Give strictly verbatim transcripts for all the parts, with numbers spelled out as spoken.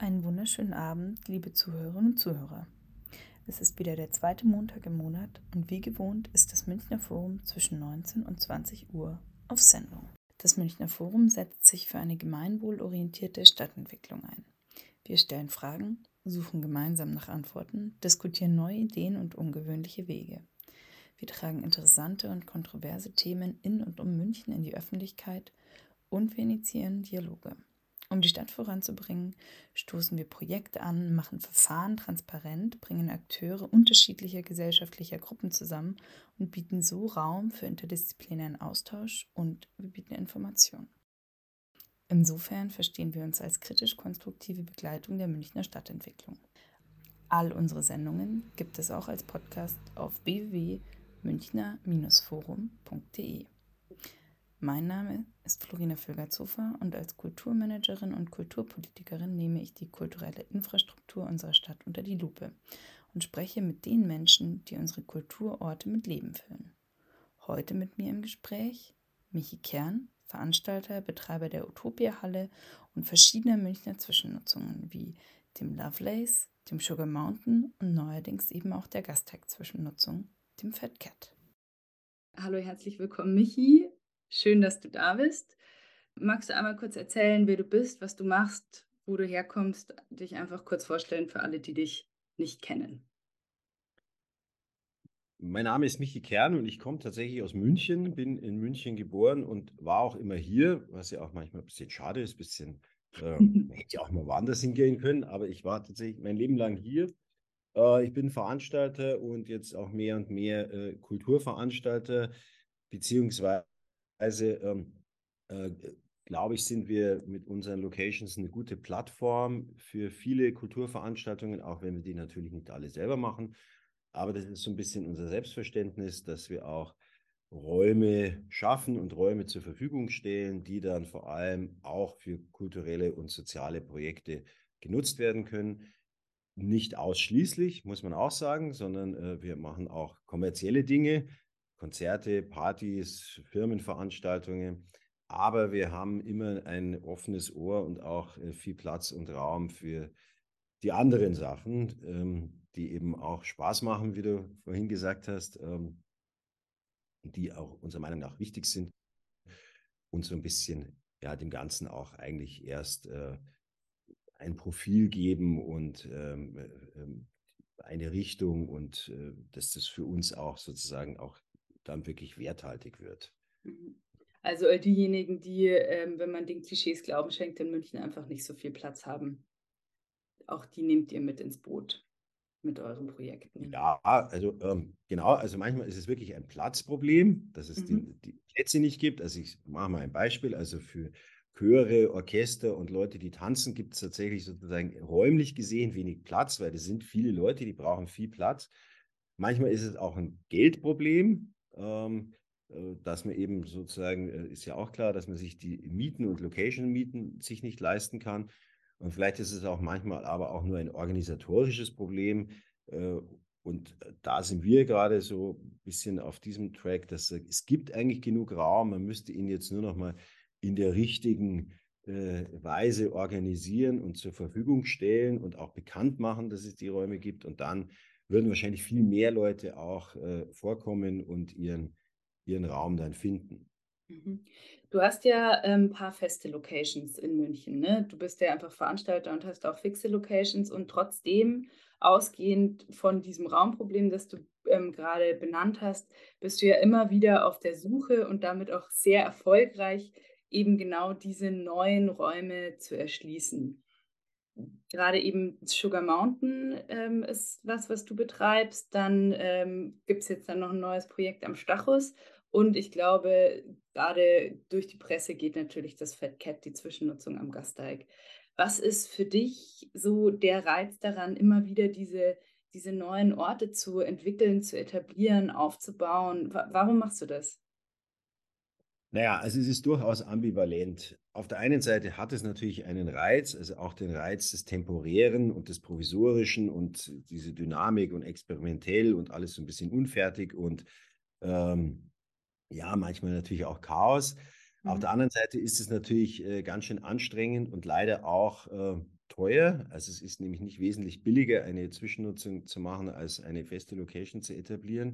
Einen wunderschönen Abend, liebe Zuhörerinnen und Zuhörer. Es ist wieder der zweite Montag im Monat und wie gewohnt ist das Münchner Forum zwischen neunzehn und zwanzig Uhr auf Sendung. Das Münchner Forum setzt sich für eine gemeinwohlorientierte Stadtentwicklung ein. Wir stellen Fragen, suchen gemeinsam nach Antworten, diskutieren neue Ideen und ungewöhnliche Wege. Wir tragen interessante und kontroverse Themen in und um München in die Öffentlichkeit und wir initiieren Dialoge. Um die Stadt voranzubringen, stoßen wir Projekte an, machen Verfahren transparent, bringen Akteure unterschiedlicher gesellschaftlicher Gruppen zusammen und bieten so Raum für interdisziplinären Austausch und wir bieten Informationen. Insofern verstehen wir uns als kritisch-konstruktive Begleitung der Münchner Stadtentwicklung. All unsere Sendungen gibt es auch als Podcast auf w w w punkt münchner forum punkt d e. Mein Name ist Florina Völgertshofer und als Kulturmanagerin und Kulturpolitikerin nehme ich die kulturelle Infrastruktur unserer Stadt unter die Lupe und spreche mit den Menschen, die unsere Kulturorte mit Leben füllen. Heute mit mir im Gespräch Michi Kern, Veranstalter, Betreiber der Utopia-Halle und verschiedener Münchner Zwischennutzungen wie dem Lovelace, dem Sugar Mountain und neuerdings eben auch der Gasteig-Zwischennutzung, dem Fat Cat. Hallo, herzlich willkommen, Michi. Schön, dass du da bist. Magst du einmal kurz erzählen, wer du bist, was du machst, wo du herkommst, dich einfach kurz vorstellen für alle, die dich nicht kennen? Mein Name ist Michi Kern und ich komme tatsächlich aus München, bin in München geboren und war auch immer hier, was ja auch manchmal ein bisschen schade ist, ein bisschen, äh, man hätte ja auch mal woanders hingehen können, aber ich war tatsächlich mein Leben lang hier. Äh, ich bin Veranstalter und jetzt auch mehr und mehr äh, Kulturveranstalter, beziehungsweise ähm, äh, glaube ich, sind wir mit unseren Locations eine gute Plattform für viele Kulturveranstaltungen, auch wenn wir die natürlich nicht alle selber machen. Aber das ist so ein bisschen unser Selbstverständnis, dass wir auch Räume schaffen und Räume zur Verfügung stellen, die dann vor allem auch für kulturelle und soziale Projekte genutzt werden können. Nicht ausschließlich, muss man auch sagen, sondern äh, wir machen auch kommerzielle Dinge, Konzerte, Partys, Firmenveranstaltungen. Aber wir haben immer ein offenes Ohr und auch äh, viel Platz und Raum für die anderen Sachen, ähm, die eben auch Spaß machen, wie du vorhin gesagt hast, ähm, die auch unserer Meinung nach wichtig sind und so ein bisschen ja, dem Ganzen auch eigentlich erst äh, ein Profil geben und ähm, ähm, eine Richtung und äh, dass das für uns auch sozusagen auch dann wirklich werthaltig wird. Also all diejenigen, die, ähm, wenn man den Klischees Glauben schenkt, in München einfach nicht so viel Platz haben, auch die nehmt ihr mit ins Boot mit euren Projekten. Ja, also ähm, genau, also manchmal ist es wirklich ein Platzproblem, dass es Mhm. die, die Plätze nicht gibt. Also ich mache mal ein Beispiel, also für Chöre, Orchester und Leute, die tanzen, gibt es tatsächlich sozusagen räumlich gesehen wenig Platz, weil das sind viele Leute, die brauchen viel Platz. Manchmal ist es auch ein Geldproblem, ähm, äh, dass man eben sozusagen, äh, ist ja auch klar, dass man sich die Mieten und Location-Mieten sich nicht leisten kann. Und vielleicht ist es auch manchmal aber auch nur ein organisatorisches Problem. Äh, und da sind wir gerade so ein bisschen auf diesem Track, dass äh, es gibt eigentlich genug Raum, man müsste ihn jetzt nur noch mal in der richtigen äh, Weise organisieren und zur Verfügung stellen und auch bekannt machen, dass es die Räume gibt. Und dann würden wahrscheinlich viel mehr Leute auch äh, vorkommen und ihren, ihren Raum dann finden. Mhm. Du hast ja ein ähm, paar feste Locations in München, ne? Du bist ja einfach Veranstalter und hast auch fixe Locations und trotzdem, ausgehend von diesem Raumproblem, das du ähm, gerade benannt hast, bist du ja immer wieder auf der Suche und damit auch sehr erfolgreich, eben genau diese neuen Räume zu erschließen. Gerade eben Sugar Mountain ähm, ist was, was du betreibst. Dann ähm, gibt es jetzt dann noch ein neues Projekt am Stachus. Und ich glaube, gerade durch die Presse geht natürlich das Fat Cat, die Zwischennutzung am Gasteig. Was ist für dich so der Reiz daran, immer wieder diese, diese neuen Orte zu entwickeln, zu etablieren, aufzubauen? Wa- Warum machst du das? Naja, also es ist durchaus ambivalent. Auf der einen Seite hat es natürlich einen Reiz, also auch den Reiz des Temporären und des Provisorischen und diese Dynamik und experimentell und alles so ein bisschen unfertig und ähm, ja, manchmal natürlich auch Chaos. Auf Mhm. der anderen Seite ist es natürlich äh, ganz schön anstrengend und leider auch äh, teuer. Also es ist nämlich nicht wesentlich billiger, eine Zwischennutzung zu machen, als eine feste Location zu etablieren.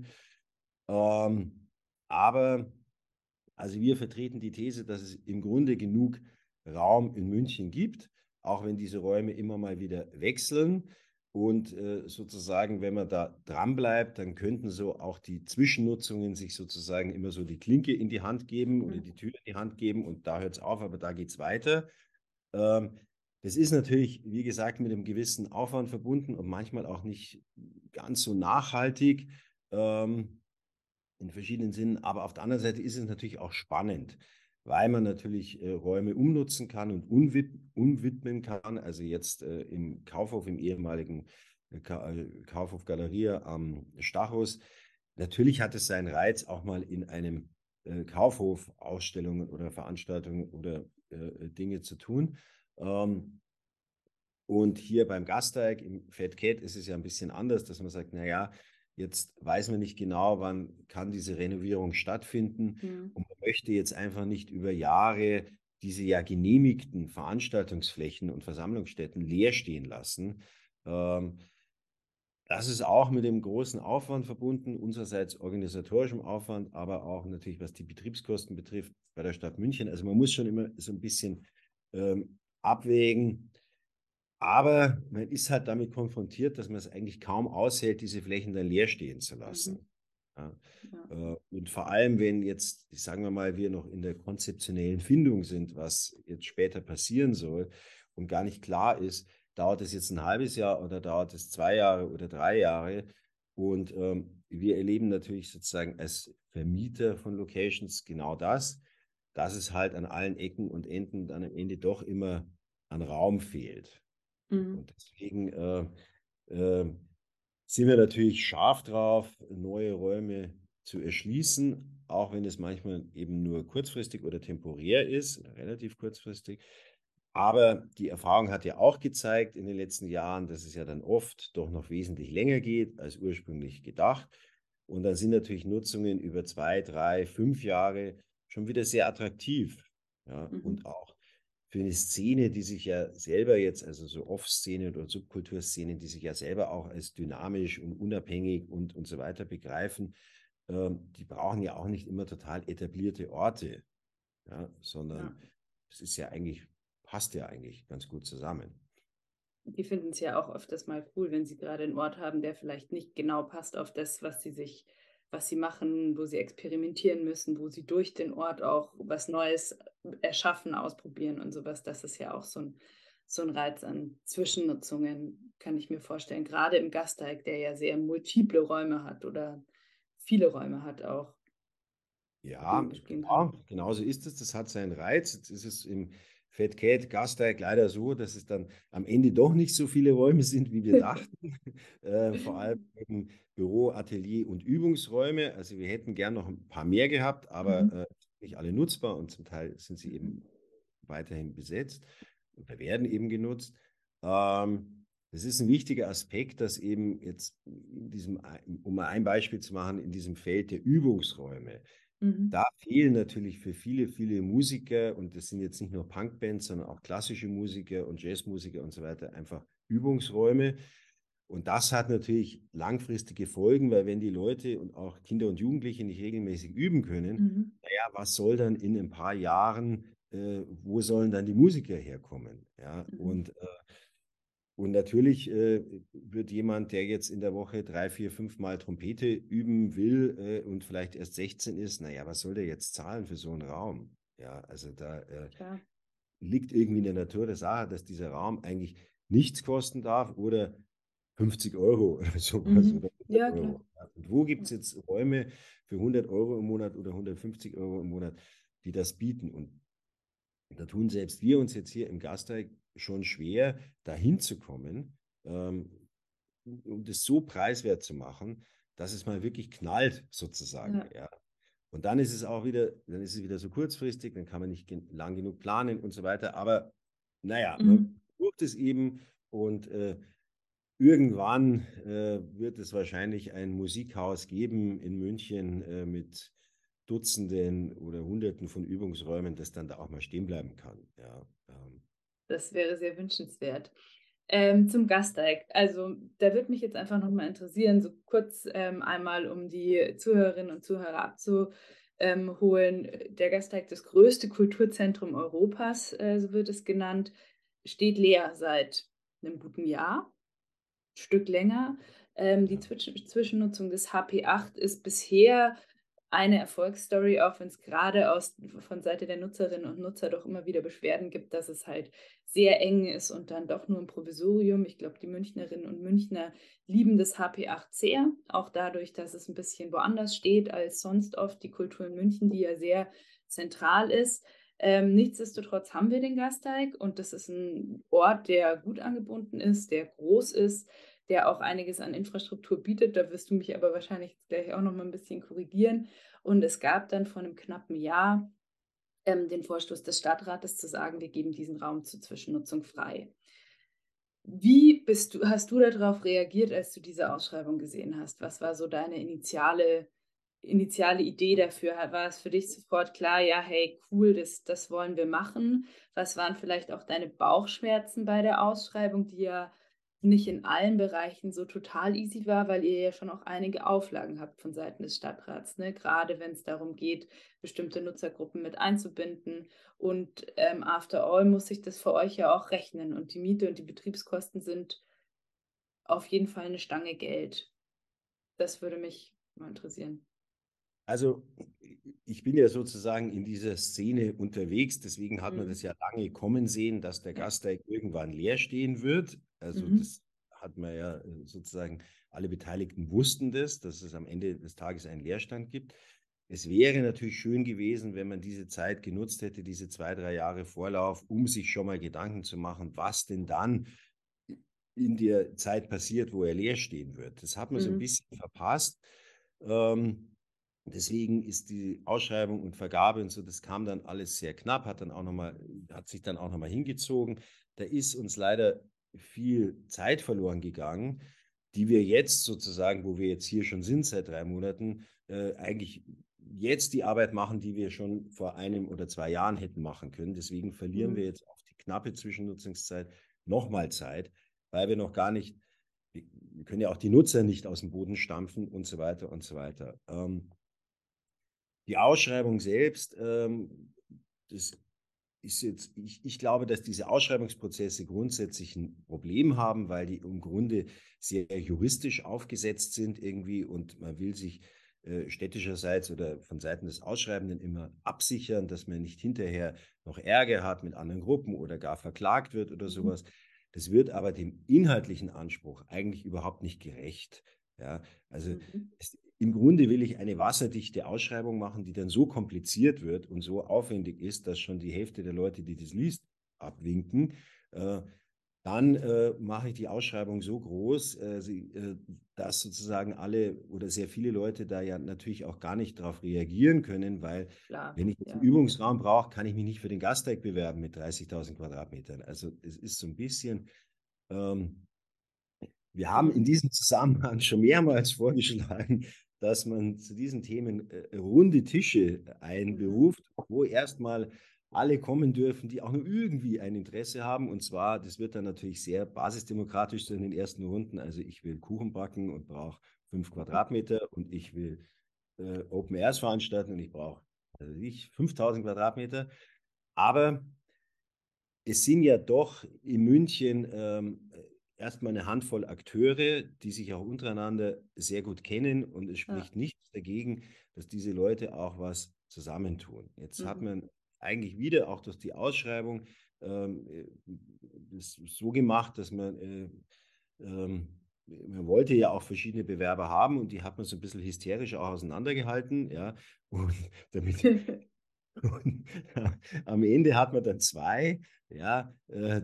Ähm, aber also wir vertreten die These, dass es im Grunde genug Raum in München gibt, auch wenn diese Räume immer mal wieder wechseln. Und äh, sozusagen, wenn man da dran bleibt, dann könnten so auch die Zwischennutzungen sich sozusagen immer so die Klinke in die Hand geben oder die Tür in die Hand geben und da hört es auf, aber da geht es weiter. Ähm, Das ist natürlich, wie gesagt, mit einem gewissen Aufwand verbunden und manchmal auch nicht ganz so nachhaltig. Ähm, in verschiedenen Sinnen. Aber auf der anderen Seite ist es natürlich auch spannend, weil man natürlich äh, Räume umnutzen kann und unwid umwidmen kann. Also jetzt äh, im Kaufhof, im ehemaligen äh, Ka äh, Kaufhof Galeria am Stachus. Natürlich hat es seinen Reiz, auch mal in einem äh, Kaufhof Ausstellungen oder Veranstaltungen oder äh, Dinge zu tun. Ähm, und hier beim Gasteig im Fat Cat ist es ja ein bisschen anders, dass man sagt, naja, jetzt weiß man nicht genau, wann kann diese Renovierung stattfinden. Mhm. Und man möchte jetzt einfach nicht über Jahre diese ja genehmigten Veranstaltungsflächen und Versammlungsstätten leer stehen lassen. Ähm, Das ist auch mit dem großen Aufwand verbunden, unsererseits organisatorischem Aufwand, aber auch natürlich, was die Betriebskosten betrifft, bei der Stadt München. Also man muss schon immer so ein bisschen ähm, abwägen. Aber man ist halt damit konfrontiert, dass man es eigentlich kaum aushält, diese Flächen dann leer stehen zu Mhm. lassen. Ja. Ja. Äh, Und vor allem, wenn jetzt, sagen wir mal, wir noch in der konzeptionellen Findung sind, was jetzt später passieren soll und gar nicht klar ist, dauert es jetzt ein halbes Jahr oder dauert es zwei Jahre oder drei Jahre. Und ähm, wir erleben natürlich sozusagen als Vermieter von Locations genau das, dass es halt an allen Ecken und Enden dann am Ende doch immer an Raum fehlt. Mhm. Und deswegen äh, äh, sind wir natürlich scharf drauf, neue Räume zu erschließen, auch wenn es manchmal eben nur kurzfristig oder temporär ist, relativ kurzfristig. Aber die Erfahrung hat ja auch gezeigt in den letzten Jahren, dass es ja dann oft doch noch wesentlich länger geht als ursprünglich gedacht. Und dann sind natürlich Nutzungen über zwei, drei, fünf Jahre schon wieder sehr attraktiv. Ja, Mhm. und auch für eine Szene, die sich ja selber jetzt, also so Off-Szenen oder Subkulturszenen, die sich ja selber auch als dynamisch und unabhängig und, und so weiter begreifen, ähm, die brauchen ja auch nicht immer total etablierte Orte, ja, Ja. sondern es ist ja eigentlich, passt ja eigentlich ganz gut zusammen. Die finden es ja auch öfters mal cool, wenn sie gerade einen Ort haben, der vielleicht nicht genau passt auf das, was sie sich, was sie machen, wo sie experimentieren müssen, wo sie durch den Ort auch was Neues erschaffen, ausprobieren und sowas. Das ist ja auch so ein, so ein Reiz an Zwischennutzungen, kann ich mir vorstellen. Gerade im Gasteig, der ja sehr multiple Räume hat oder viele Räume hat auch, die Ja, man bespielen kann. klar, genauso ist es. Das hat seinen Reiz. Jetzt ist es im Fat Cat Gasteig leider so, dass es dann am Ende doch nicht so viele Räume sind, wie wir dachten. Äh, vor allem eben Büro, Atelier und Übungsräume. Also wir hätten gern noch ein paar mehr gehabt, aber Mhm. äh, nicht alle nutzbar und zum Teil sind sie Mhm. eben weiterhin besetzt oder werden eben genutzt. Ähm, Das ist ein wichtiger Aspekt, dass eben jetzt in diesem, um mal ein Beispiel zu machen, in diesem Feld der Übungsräume, Mhm. da fehlen natürlich für viele, viele Musiker, und das sind jetzt nicht nur Punkbands, sondern auch klassische Musiker und Jazzmusiker und so weiter, einfach Übungsräume. Und das hat natürlich langfristige Folgen, weil wenn die Leute und auch Kinder und Jugendliche nicht regelmäßig üben können, Mhm. naja, was soll dann in ein paar Jahren, äh, wo sollen dann die Musiker herkommen? Ja, Mhm. und äh, und natürlich äh, wird jemand, der jetzt in der Woche drei, vier, fünf Mal Trompete üben will äh, und vielleicht erst sechzehn ist, naja, was soll der jetzt zahlen für so einen Raum? Ja, also da äh, Klar. liegt irgendwie in der Natur der Sache, dass dieser Raum eigentlich nichts kosten darf oder fünfzig Euro oder sowas Mhm. oder hundert Ja, klar. Euro. Ja, und wo gibt es jetzt Räume für hundert Euro im Monat oder hundertfünfzig Euro im Monat, die das bieten? Und da tun selbst wir uns jetzt hier im Gasteig schon schwer, dahin zu kommen, ähm, um das so preiswert zu machen, dass es mal wirklich knallt, sozusagen. Ja. Ja. Und dann ist es auch wieder, dann ist es wieder so kurzfristig, dann kann man nicht gen lang genug planen und so weiter. Aber naja, man Mhm. versucht es eben und äh, irgendwann äh, wird es wahrscheinlich ein Musikhaus geben in München äh, mit Dutzenden oder Hunderten von Übungsräumen, das dann da auch mal stehen bleiben kann. Ja, ähm, Das wäre sehr wünschenswert. Ähm, zum Gasteig. Also, da würde mich jetzt einfach noch mal interessieren, so kurz, ähm, einmal, um die Zuhörerinnen und Zuhörer abzuholen. Ähm, holen. Der Gasteig, das größte Kulturzentrum Europas, äh, so wird es genannt, steht leer seit einem guten Jahr, Stück länger. Ähm, die Ja. Zwitsch Zwischennutzung des H P acht ist bisher eine Erfolgsstory, auch wenn es gerade aus von Seite der Nutzerinnen und Nutzer doch immer wieder Beschwerden gibt, dass es halt sehr eng ist und dann doch nur ein Provisorium. Ich glaube, die Münchnerinnen und Münchner lieben das H P acht sehr, auch dadurch, dass es ein bisschen woanders steht als sonst oft die Kultur in München, die ja sehr zentral ist. Ähm, nichtsdestotrotz haben wir den Gasteig und das ist ein Ort, der gut angebunden ist, der groß ist, der auch einiges an Infrastruktur bietet. Da wirst du mich aber wahrscheinlich gleich auch noch mal ein bisschen korrigieren. Und es gab dann vor einem knappen Jahr ähm, den Vorstoß des Stadtrates zu sagen, wir geben diesen Raum zur Zwischennutzung frei. Wie bist du, hast du darauf reagiert, als du diese Ausschreibung gesehen hast? Was war so deine initiale, initiale Idee dafür? War es für dich sofort klar, ja, hey, cool, das, das wollen wir machen? Was waren vielleicht auch deine Bauchschmerzen bei der Ausschreibung, die ja nicht in allen Bereichen so total easy war, weil ihr ja schon auch einige Auflagen habt von Seiten des Stadtrats, ne? Gerade wenn es darum geht, bestimmte Nutzergruppen mit einzubinden. Und ähm, after all muss sich das für euch ja auch rechnen. Und die Miete und die Betriebskosten sind auf jeden Fall eine Stange Geld. Das würde mich mal interessieren. Also ich bin ja sozusagen in dieser Szene unterwegs, deswegen hat man das Mhm. ja lange kommen sehen, dass der Ja. Gasteig irgendwann leer stehen wird. Also Mhm. das hat man ja äh, sozusagen, alle Beteiligten wussten das, dass es am Ende des Tages einen Leerstand gibt. Es wäre natürlich schön gewesen, wenn man diese Zeit genutzt hätte, diese zwei, drei Jahre Vorlauf, um sich schon mal Gedanken zu machen, was denn dann in der Zeit passiert, wo er leer stehen wird. Das hat man so ein Mhm. bisschen verpasst. Ähm, Deswegen ist die Ausschreibung und Vergabe und so, das kam dann alles sehr knapp, hat dann auch noch mal, hat sich dann auch noch mal hingezogen. Da ist uns leider viel Zeit verloren gegangen, die wir jetzt sozusagen, wo wir jetzt hier schon sind seit drei Monaten, äh, eigentlich jetzt die Arbeit machen, die wir schon vor einem oder zwei Jahren hätten machen können. Deswegen verlieren wir Mhm. jetzt auf die knappe Zwischennutzungszeit nochmal Zeit, weil wir noch gar nicht, wir können ja auch die Nutzer nicht aus dem Boden stampfen und so weiter und so weiter. Ähm, die Ausschreibung selbst, ähm, das ist jetzt, ich, ich glaube, dass diese Ausschreibungsprozesse grundsätzlich ein Problem haben, weil die im Grunde sehr juristisch aufgesetzt sind irgendwie und man will sich äh, städtischerseits oder von Seiten des Ausschreibenden immer absichern, dass man nicht hinterher noch Ärger hat mit anderen Gruppen oder gar verklagt wird oder Mhm. sowas. Das wird aber dem inhaltlichen Anspruch eigentlich überhaupt nicht gerecht. Ja, also Mhm. es, im Grunde will ich eine wasserdichte Ausschreibung machen, die dann so kompliziert wird und so aufwendig ist, dass schon die Hälfte der Leute, die das liest, abwinken. Äh, dann äh, mache ich die Ausschreibung so groß, äh, sie, äh, dass sozusagen alle oder sehr viele Leute da ja natürlich auch gar nicht darauf reagieren können, weil Klar, wenn ich jetzt einen ja. Übungsraum brauche, kann ich mich nicht für den Gasteig bewerben mit dreißigtausend Quadratmetern. Also es ist so ein bisschen, ähm, wir haben in Mhm. diesem Zusammenhang schon mehrmals vorgeschlagen, dass man zu diesen Themen äh, runde Tische Mhm. einberuft, wo erstmal alle kommen dürfen, die auch nur irgendwie ein Interesse haben. Und zwar, das wird dann natürlich sehr basisdemokratisch sein in den ersten Runden. Also ich will Kuchen backen und brauche fünf Quadratmeter und ich will äh, Open Airs veranstalten und ich brauche also ich fünftausend Quadratmeter. Aber es sind ja doch in München ähm, erstmal eine Handvoll Akteure, die sich auch untereinander sehr gut kennen und es Ja. spricht nichts dagegen, dass diese Leute auch was zusammentun. Jetzt hat Mhm. man eigentlich wieder auch durch die Ausschreibung ähm, äh, das so gemacht, dass man, äh, ähm, man wollte ja auch verschiedene Bewerber haben und die hat man so ein bisschen hysterisch auch auseinandergehalten, ja, und damit und am Ende hat man dann zwei, ja, äh,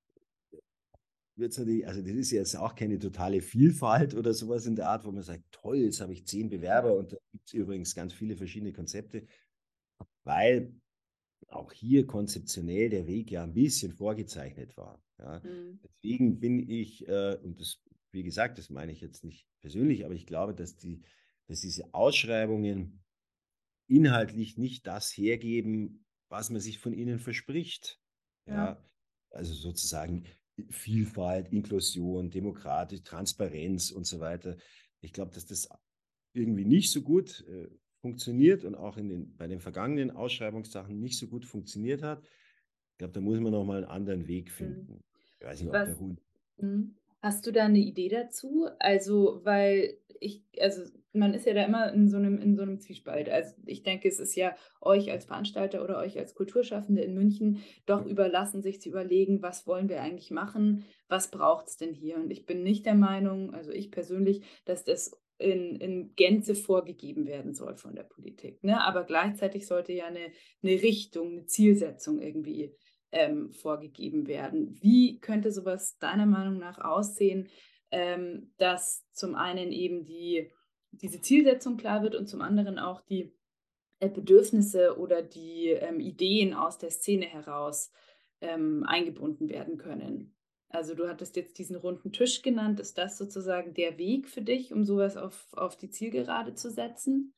wird's natürlich, also das ist jetzt auch keine totale Vielfalt oder sowas in der Art, wo man sagt, toll, jetzt habe ich zehn Bewerber Ja. und da gibt es übrigens ganz viele verschiedene Konzepte, weil auch hier konzeptionell der Weg ja ein bisschen vorgezeichnet war. Ja. Mhm. Deswegen bin ich, äh, und das, wie gesagt, das meine ich jetzt nicht persönlich, aber ich glaube, dass die, dass diese Ausschreibungen inhaltlich nicht das hergeben, was man sich von ihnen verspricht. Ja. Ja, also sozusagen Vielfalt, Inklusion, Demokratisch, Transparenz und so weiter. Ich glaube, dass das irgendwie nicht so gut äh, funktioniert und auch in den, bei den vergangenen Ausschreibungssachen nicht so gut funktioniert hat. Ich glaube, da muss man noch mal einen anderen Weg Mhm. finden. Ich weiß nicht, ob Was, der Hund. mhm. Hast du da eine Idee dazu? Also, weil ich, also man ist ja da immer in so einem, in so einem Zwiespalt. Also ich denke, es ist ja euch als Veranstalter oder euch als Kulturschaffende in München doch überlassen, sich zu überlegen, was wollen wir eigentlich machen, was braucht es denn hier? Und ich bin nicht der Meinung, also ich persönlich, dass das in, in Gänze vorgegeben werden soll von der Politik. Ne? Aber gleichzeitig sollte ja eine, eine Richtung, eine Zielsetzung irgendwie ähm, vorgegeben werden. Wie könnte sowas deiner Meinung nach aussehen, ähm, dass zum einen eben die, diese Zielsetzung klar wird und zum anderen auch die äh, Bedürfnisse oder die ähm, Ideen aus der Szene heraus ähm, eingebunden werden können? Also du hattest jetzt diesen runden Tisch genannt. Ist das sozusagen der Weg für dich, um sowas auf, auf die Zielgerade zu setzen?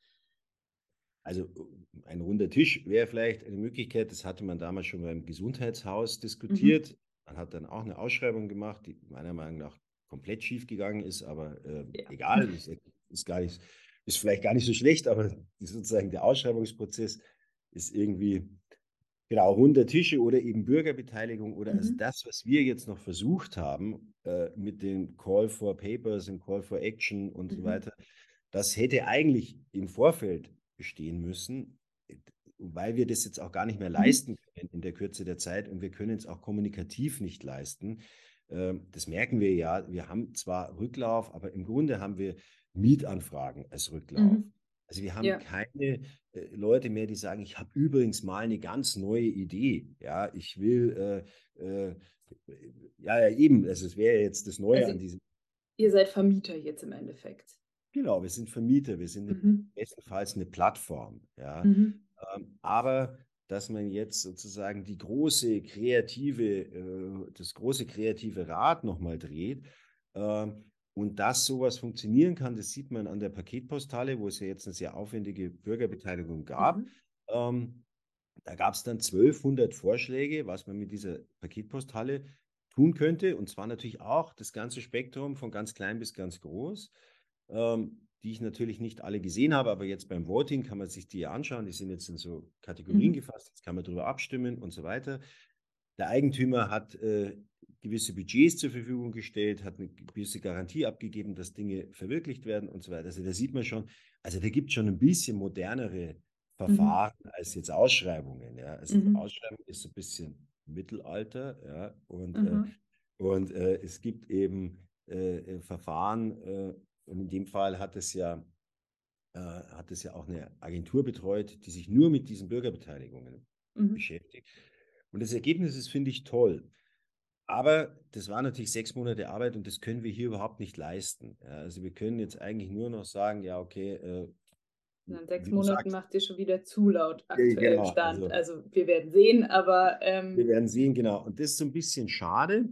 Also ein runder Tisch wäre vielleicht eine Möglichkeit. Das hatte man damals schon beim Gesundheitshaus Mhm. diskutiert. Man hat dann auch eine Ausschreibung gemacht, die meiner Meinung nach komplett schief gegangen ist, aber äh, Ja. egal, ist, ist, gar nicht, ist vielleicht gar nicht so schlecht, aber sozusagen der Ausschreibungsprozess ist irgendwie, genau, runder Tische oder eben Bürgerbeteiligung oder also Mhm. das, was wir jetzt noch versucht haben äh, mit dem Call for Papers und Call for Action und so Mhm. weiter, das hätte eigentlich im Vorfeld bestehen müssen, weil wir das jetzt auch gar nicht mehr Mhm. leisten können in der Kürze der Zeit und wir können es auch kommunikativ nicht leisten. Ähm, Das merken wir ja. Wir haben zwar Rücklauf, aber im Grunde haben wir Mietanfragen als Rücklauf. Mhm. Also wir haben Ja. keine äh, Leute mehr, die sagen, ich habe übrigens mal eine ganz neue Idee. Ja, ich will, äh, äh, ja, ja, eben, also es wäre jetzt das Neue Also an diesem. ihr seid Vermieter jetzt im Endeffekt. Genau, wir sind Vermieter, wir sind eine, Mhm. bestenfalls eine Plattform, ja. Mhm. Ähm, aber dass man jetzt sozusagen die große kreative, äh, das große kreative Rad nochmal dreht ähm, und dass sowas funktionieren kann, das sieht man an der Paketpostale, wo es ja jetzt eine sehr aufwendige Bürgerbeteiligung gab. Mhm. Ähm, Da gab es dann zwölfhundert Vorschläge, was man mit dieser Paketpostale tun könnte. Und zwar natürlich auch das ganze Spektrum von ganz klein bis ganz groß, ähm, die ich natürlich nicht alle gesehen habe, aber jetzt beim Voting kann man sich die anschauen. Die sind jetzt in so Kategorien Mhm. gefasst. Jetzt kann man darüber abstimmen und so weiter. Der Eigentümer hat äh, gewisse Budgets zur Verfügung gestellt, hat eine gewisse Garantie abgegeben, dass Dinge verwirklicht werden und so weiter. Also da sieht man schon, also da gibt es schon ein bisschen modernere Mhm. Verfahren als jetzt Ausschreibungen. Ja. Also Mhm. Ausschreibung ist so ein bisschen Mittelalter, ja, und, äh, Mhm. und äh, es gibt eben äh, äh, Verfahren, äh, und in dem Fall hat es ja, äh, hat es ja auch eine Agentur betreut, die sich nur mit diesen Bürgerbeteiligungen Mhm. beschäftigt. Und das Ergebnis ist, finde ich, toll. Aber das war natürlich sechs Monate Arbeit und das können wir hier überhaupt nicht leisten. Ja, also wir können jetzt eigentlich nur noch sagen, ja, okay, äh, Und in sechs wie du Monaten sagst, macht ihr schon wieder zu laut ja, aktuellem genau, Stand. also Also wir werden sehen, aber wir ähm, werden sehen, genau. Und das ist so ein bisschen schade,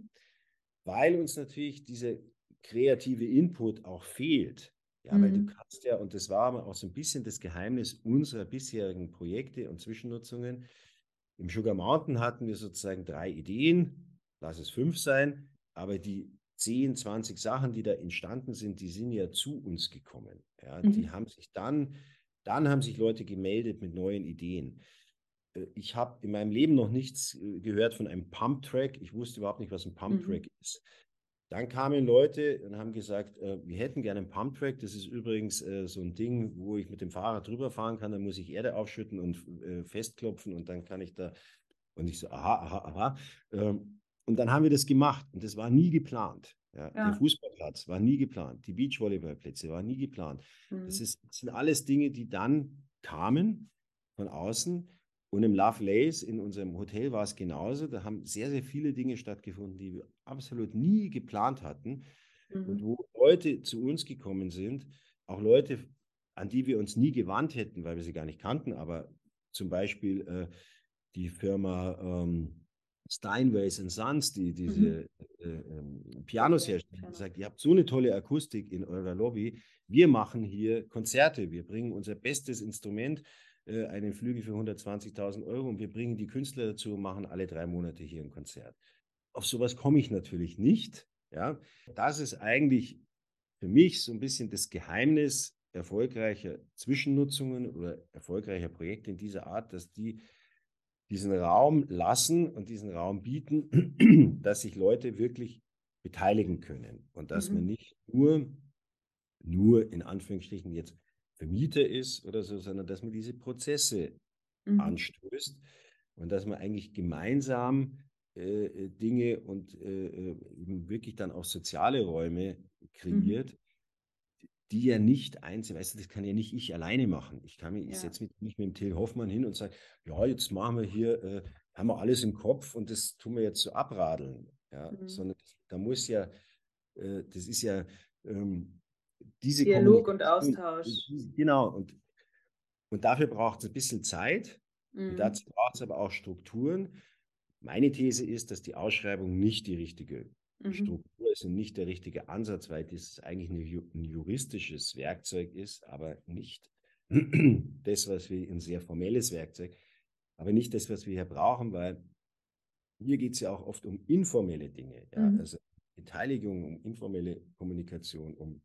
weil uns natürlich dieser kreative Input auch fehlt. Ja, weil du mhm. kannst ja, und das war aber auch so ein bisschen das Geheimnis unserer bisherigen Projekte und Zwischennutzungen. Im Sugar Mountain hatten wir sozusagen drei Ideen, lass es fünf sein, aber die zehn, zwanzig Sachen, die da entstanden sind, die sind ja zu uns gekommen. Ja, die Mhm. haben sich dann, dann haben sich Leute gemeldet mit neuen Ideen. Äh, Ich habe in meinem Leben noch nichts äh, gehört von einem Pump-Track. Ich wusste überhaupt nicht, was ein Mhm. Pump-Track ist. Dann kamen Leute und haben gesagt, äh, wir hätten gerne einen Pump-Track. Das ist übrigens äh, so ein Ding, wo ich mit dem Fahrrad drüber fahren kann. Da muss ich Erde aufschütten und äh, festklopfen und dann kann ich da. Und ich so, aha, aha, aha. Ähm, und dann haben wir das gemacht und das war nie geplant. Ja, der Ja. Fußballplatz war nie geplant. Die Beachvolleyballplätze waren nie geplant. Das Mhm. ist, das sind alles Dinge, die dann kamen von außen. Und im Lovelace, in unserem Hotel, war es genauso. Da haben sehr, sehr viele Dinge stattgefunden, die wir absolut nie geplant hatten. Und Mhm. wo Leute zu uns gekommen sind, auch Leute, an die wir uns nie gewandt hätten, weil wir sie gar nicht kannten, aber zum Beispiel äh, die Firma ähm, Steinways and Sons, die Mhm. diese äh, ähm, Pianos Klavier, herstellen, Piano. sagt, ihr habt so eine tolle Akustik in eurer Lobby, wir machen hier Konzerte, wir bringen unser bestes Instrument, äh, einen Flügel für hundertzwanzigtausend Euro und wir bringen die Künstler dazu und machen alle drei Monate hier ein Konzert. auf sowas komme ich natürlich nicht. Ja, das ist eigentlich für mich so ein bisschen das Geheimnis erfolgreicher Zwischennutzungen oder erfolgreicher Projekte in dieser Art, dass die diesen Raum lassen und diesen Raum bieten, dass sich Leute wirklich beteiligen können und dass man Mhm. nicht nur, nur in Anführungsstrichen jetzt Vermieter ist oder so, sondern dass man diese Prozesse Mhm. anstößt und dass man eigentlich gemeinsam äh, Dinge und äh, äh, eben wirklich dann auch soziale Räume Mhm. kreiert, die ja nicht einzeln, weißt du, das kann ja nicht ich alleine machen. Ich kann mich, ich Ja. setze mich nicht mit dem Till Hoffmann hin und sage, ja, jetzt machen wir hier, äh, haben wir alles im Kopf und das tun wir jetzt so abradeln. Ja, Mhm. sondern da muss ja, äh, das ist ja ähm, diese Dialog und Kommunikation, Austausch. genau, und, und dafür braucht es ein bisschen Zeit und Mhm. dazu braucht es aber auch Strukturen. Meine These ist, dass die Ausschreibung nicht die richtige Mhm. Struktur ist und nicht der richtige Ansatz, weil das eigentlich eine, ju- ein juristisches Werkzeug ist, aber nicht das, was wir, ein sehr formelles Werkzeug, aber nicht das, was wir hier brauchen, weil hier geht es ja auch oft um informelle Dinge, ja, Mhm. also Beteiligung, um informelle Kommunikation, um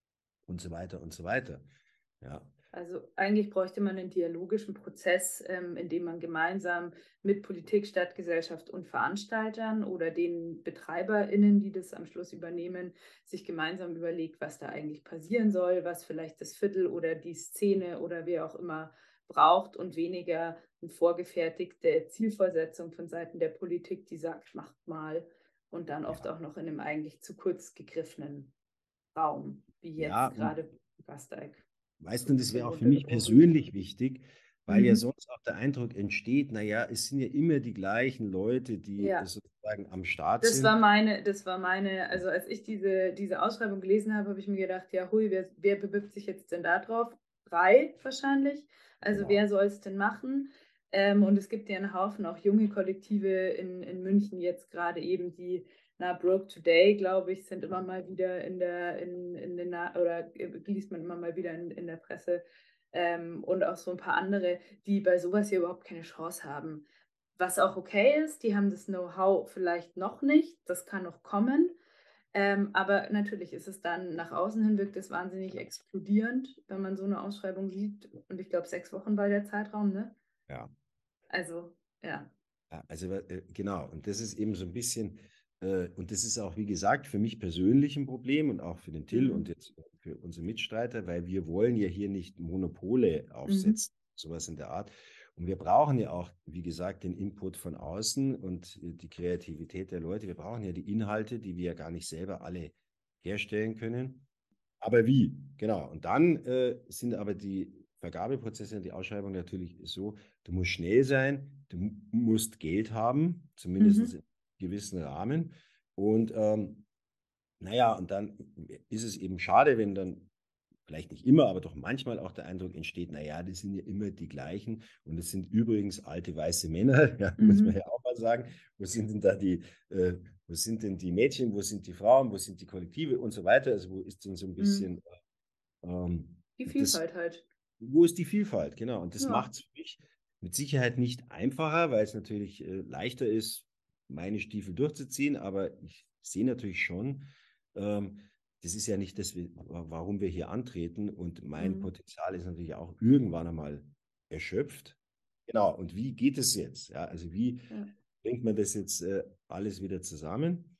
und so weiter und so weiter. Ja, Also eigentlich bräuchte man einen dialogischen Prozess, ähm, in dem man gemeinsam mit Politik, Stadtgesellschaft und Veranstaltern oder den BetreiberInnen, die das am Schluss übernehmen, sich gemeinsam überlegt, was da eigentlich passieren soll, was vielleicht das Viertel oder die Szene oder wer auch immer braucht und weniger eine vorgefertigte Zielvorsetzung von Seiten der Politik, die sagt, macht mal und dann oft ja, auch noch in einem eigentlich zu kurz gegriffenen Raum, wie ja, jetzt und gerade Gasteig weißt so du, ein das bisschen wäre auch für mich runtergebrochen. persönlich wichtig, weil ja Mhm. sonst auch der Eindruck entsteht, naja, es sind ja immer die gleichen Leute, die Ja, sozusagen am Start das war sind. meine, das war meine, also als ich diese, diese Ausschreibung gelesen habe, habe ich mir gedacht, ja, hui, wer, wer bewirbt sich jetzt denn da drauf? Drei wahrscheinlich. Also Genau. wer soll es denn machen? Ähm, und es gibt ja einen Haufen auch junge Kollektive in, in München jetzt gerade eben, die, na, Broke Today, glaube ich, sind immer mal wieder in der, in, in den, Na- oder äh, liest man immer mal wieder in, in der Presse. Ähm, und auch so ein paar andere, die bei sowas hier überhaupt keine Chance haben. Was auch okay ist, die haben das Know-how vielleicht noch nicht, das kann noch kommen. Ähm, aber natürlich ist es dann nach außen hin wirkt es wahnsinnig explodierend, wenn man so eine Ausschreibung sieht. Und ich glaube, sechs Wochen war der Zeitraum, ne? Ja. Also, ja. Ja, also äh, genau, und das ist eben so ein bisschen, äh, und das ist auch, wie gesagt, für mich persönlich ein Problem und auch für den Till und Mhm. jetzt für unsere Mitstreiter, weil wir wollen ja hier nicht Monopole Mhm. aufsetzen, sowas in der Art. Und wir brauchen ja auch, wie gesagt, den Input von außen und äh, die Kreativität der Leute. Wir brauchen ja die Inhalte, die wir ja gar nicht selber alle herstellen können. Aber wie? Genau. Und dann äh, sind aber die Vergabeprozesse und die Ausschreibung natürlich so, du musst schnell sein, du mu- musst Geld haben, zumindest in Mhm. einem gewissen Rahmen. Und ähm, naja, und dann ist es eben schade, wenn dann vielleicht nicht immer, aber doch manchmal auch der Eindruck entsteht, naja, die sind ja immer die gleichen und es sind übrigens alte weiße Männer, ja, muss man Mhm. ja auch mal sagen. Wo sind denn da die, äh, wo sind denn die Mädchen, wo sind die Frauen, wo sind die Kollektive und so weiter? Also wo ist denn so ein Mhm. bisschen ähm, Die das, Vielfalt halt. wo ist die Vielfalt? Genau. Und das Ja. macht es für mich mit Sicherheit nicht einfacher, weil es natürlich äh, leichter ist, meine Stiefel durchzuziehen. Aber ich sehe natürlich schon, ähm, das ist ja nicht das, warum wir hier antreten. Und mein Mhm. Potenzial ist natürlich auch irgendwann einmal erschöpft. Genau. Und wie geht es jetzt? Ja, also wie Ja. bringt man das jetzt äh, alles wieder zusammen?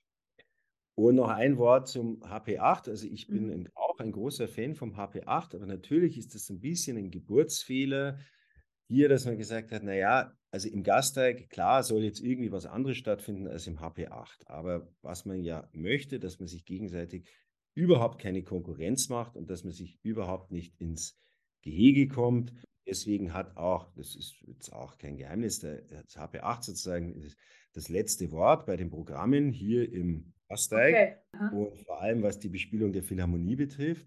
Und noch ein Wort zum H P acht. Also ich bin Mhm. ein, auch ein großer Fan vom H P acht, aber natürlich ist das ein bisschen ein Geburtsfehler hier, dass man gesagt hat, naja, also im Gasteig, klar, soll jetzt irgendwie was anderes stattfinden als im H P acht. Aber was man ja möchte, dass man sich gegenseitig überhaupt keine Konkurrenz macht und dass man sich überhaupt nicht ins Gehege kommt. Deswegen hat auch, das ist jetzt auch kein Geheimnis, der, das H P acht sozusagen das letzte Wort bei den Programmen hier im Gasteig Okay. Aha. und vor allem was die Bespielung der Philharmonie betrifft.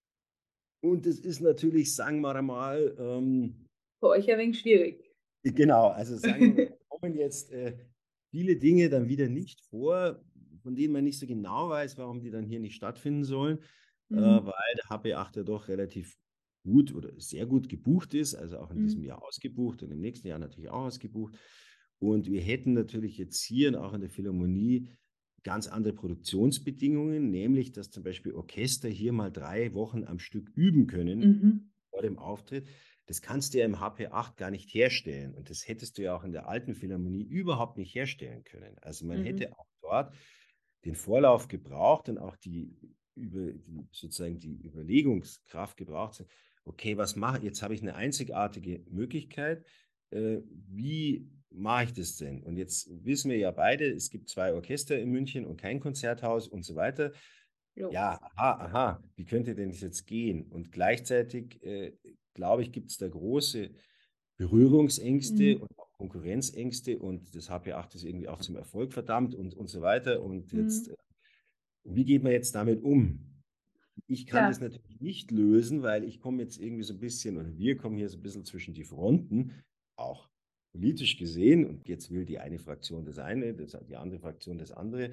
Und es ist natürlich, sagen wir mal, ähm, Für euch ja wenig schwierig. genau, also sagen wir mal, da kommen jetzt äh, viele Dinge dann wieder nicht vor, von denen man nicht so genau weiß, warum die dann hier nicht stattfinden sollen, äh, Mhm. weil der H P acht ja doch relativ gut oder sehr gut gebucht ist, also auch in diesem Mhm. Jahr ausgebucht und im nächsten Jahr natürlich auch ausgebucht. Und wir hätten natürlich jetzt hier und auch in der Philharmonie ganz andere Produktionsbedingungen, nämlich dass zum Beispiel Orchester hier mal drei Wochen am Stück üben können Mhm. vor dem Auftritt. Das kannst du ja im H P acht gar nicht herstellen. Und das hättest du ja auch in der alten Philharmonie überhaupt nicht herstellen können. Also man Mhm. hätte auch dort den Vorlauf gebraucht und auch die, über, die sozusagen die Überlegungskraft gebraucht. Okay, was mache ich? Jetzt habe ich eine einzigartige Möglichkeit. Äh, wie mache ich das denn? Und jetzt wissen wir ja beide, es gibt zwei Orchester in München und kein Konzerthaus und so weiter. Jo. Ja, aha, aha, wie könnte denn das jetzt gehen? Und gleichzeitig, äh, glaube ich, gibt es da große Berührungsängste Mhm. und auch Konkurrenzängste und das H P acht ist irgendwie auch zum Erfolg verdammt und, und so weiter. Und jetzt, Mhm. äh, wie geht man jetzt damit um? Ich kann das Klar. natürlich nicht lösen, weil ich komme jetzt irgendwie so ein bisschen, oder wir kommen hier so ein bisschen zwischen die Fronten, auch politisch gesehen. Und jetzt will die eine Fraktion das eine, das, die andere Fraktion das andere.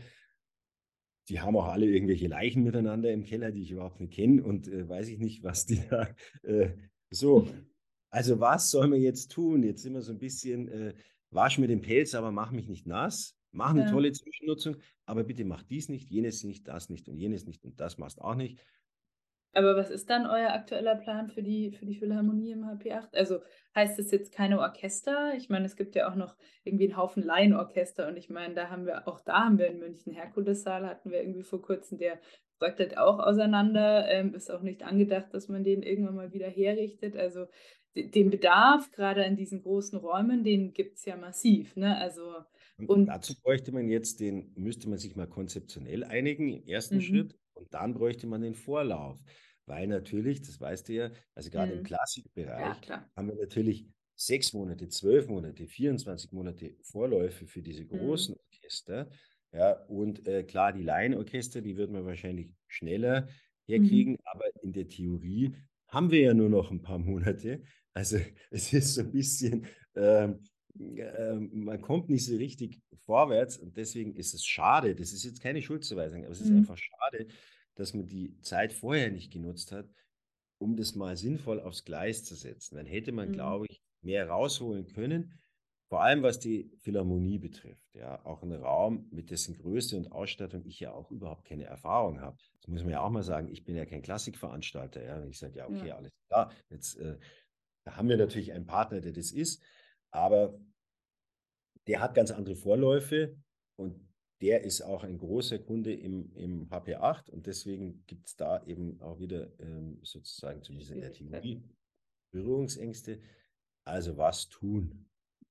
Die haben auch alle irgendwelche Leichen miteinander im Keller, die ich überhaupt nicht kenne und äh, weiß ich nicht, was die da äh, so. Also was soll man jetzt tun? Jetzt sind wir so ein bisschen, äh, wasch mir den Pelz, aber mach mich nicht nass. Mach eine Ja. tolle Zwischennutzung, aber bitte mach dies nicht, jenes nicht, das nicht und jenes nicht und das machst auch nicht. Aber was ist dann euer aktueller Plan für die, für die Philharmonie im H P acht? Also heißt es jetzt keine Orchester? Ich meine, es gibt ja auch noch irgendwie einen Haufen Laienorchester und ich meine, da haben wir, auch da haben wir in München Herkulessaal, hatten wir irgendwie vor kurzem, der bröckelt auch auseinander, ähm, ist auch nicht angedacht, dass man den irgendwann mal wieder herrichtet. Also de- den Bedarf, gerade an diesen großen Räumen, den gibt es ja massiv, ne? Also Und und dazu bräuchte man jetzt den, müsste man sich mal konzeptionell einigen im ersten mhm, Schritt und dann bräuchte man den Vorlauf. Weil natürlich, das weißt du ja, also gerade im mhm, ja, Klassikbereich klar. haben wir natürlich sechs Monate, zwölf Monate, vierundzwanzig Monate Vorläufe für diese Mhm, großen Orchester. Ja, und äh, klar, die Laienorchester, die wird man wahrscheinlich schneller mhm, herkriegen, aber in der Theorie haben wir ja nur noch ein paar Monate. Also es ist so ein bisschen, ähm, äh, man kommt nicht so richtig vorwärts und deswegen ist es schade, das ist jetzt keine Schuldzuweisung, aber es ist mhm, einfach schade, dass man die Zeit vorher nicht genutzt hat, um das mal sinnvoll aufs Gleis zu setzen. Dann hätte man, mhm, glaube ich, mehr rausholen können, vor allem was die Philharmonie betrifft. Ja, auch ein Raum, mit dessen Größe und Ausstattung ich ja auch überhaupt keine Erfahrung habe. Das muss man ja auch mal sagen, ich bin ja kein Klassikveranstalter. Ja, ich sage, ja, okay, ja. alles klar, jetzt äh, da haben wir natürlich einen Partner, der das ist, aber der hat ganz andere Vorläufe und der ist auch ein großer Kunde im, im H P acht und deswegen gibt es da eben auch wieder ähm, sozusagen, zumindest in der Schwierigkeiten. Theorie, Berührungsängste. Also was tun?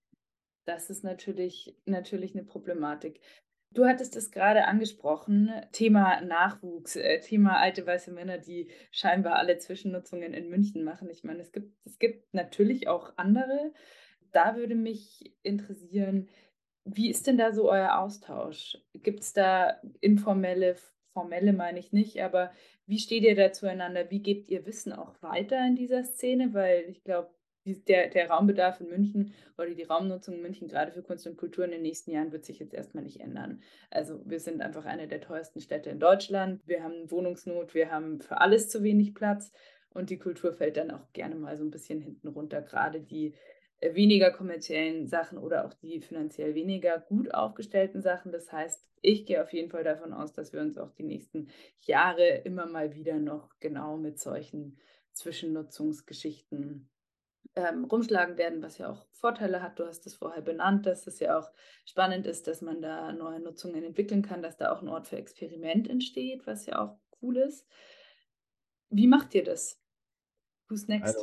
Das ist natürlich, natürlich eine Problematik. Du hattest es gerade angesprochen, Thema Nachwuchs, äh, Thema alte weiße Männer, die scheinbar alle Zwischennutzungen in München machen. Ich meine, es gibt, es gibt natürlich auch andere. Da würde mich interessieren, wie ist denn da so euer Austausch? Gibt es da informelle, formelle meine ich nicht, aber wie steht ihr da zueinander? Wie gebt ihr Wissen auch weiter in dieser Szene? Weil ich glaube, der, der Raumbedarf in München oder die Raumnutzung in München, gerade für Kunst und Kultur in den nächsten Jahren, wird sich jetzt erstmal nicht ändern. Also wir sind einfach eine der teuersten Städte in Deutschland. Wir haben Wohnungsnot, wir haben für alles zu wenig Platz und die Kultur fällt dann auch gerne mal so ein bisschen hinten runter. Gerade die äh, weniger kommerziellen Sachen oder auch die finanziell weniger gut aufgestellten Sachen. Das heißt, ich gehe auf jeden Fall davon aus, dass wir uns auch die nächsten Jahre immer mal wieder noch genau mit solchen Zwischennutzungsgeschichten ähm, rumschlagen werden, was ja auch Vorteile hat. Du hast es vorher benannt, dass es ja auch spannend ist, dass man da neue Nutzungen entwickeln kann, dass da auch ein Ort für Experiment entsteht, was ja auch cool ist. Wie macht ihr das? Who's Also next?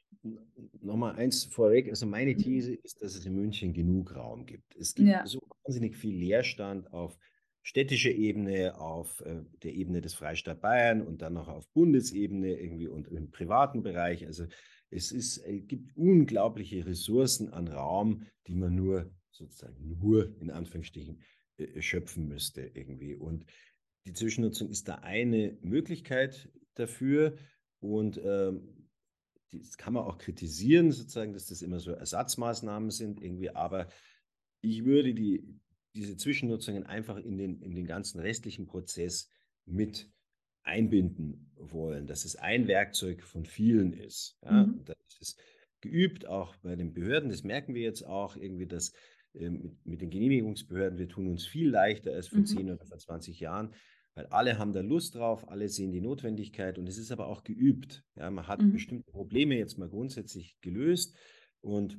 nochmal eins vorweg. Also meine Mhm. These ist, dass es in München genug Raum gibt. Es gibt Ja. so wahnsinnig viel Leerstand auf städtischer Ebene, auf äh, der Ebene des Freistaat Bayern und dann noch auf Bundesebene irgendwie und im privaten Bereich. Also es ist, es gibt unglaubliche Ressourcen an Raum, die man nur sozusagen nur in Anführungsstrichen äh, schöpfen müsste irgendwie. Und die Zwischennutzung ist da eine Möglichkeit dafür. Und ähm, das kann man auch kritisieren, sozusagen, dass das immer so Ersatzmaßnahmen sind irgendwie, aber ich würde die, diese Zwischennutzungen einfach in den, in den ganzen restlichen Prozess mit einbinden wollen, dass es ein Werkzeug von vielen ist. Ja? Mhm. Und das ist geübt, auch bei den Behörden, das merken wir jetzt auch irgendwie, dass äh, mit, mit den Genehmigungsbehörden. Wir tun uns viel leichter als vor Mhm. zehn oder vor zwanzig Jahren, weil alle haben da Lust drauf, alle sehen die Notwendigkeit und es ist aber auch geübt. Ja, man hat Mhm. bestimmte Probleme jetzt mal grundsätzlich gelöst und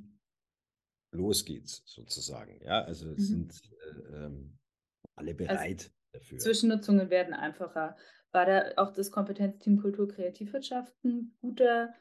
los geht's sozusagen. Ja, also es Mhm. sind äh, ähm, alle Also bereit dafür. Zwischennutzungen werden einfacher. War da auch das Kompetenzteam Kultur Kreativwirtschaft ein guter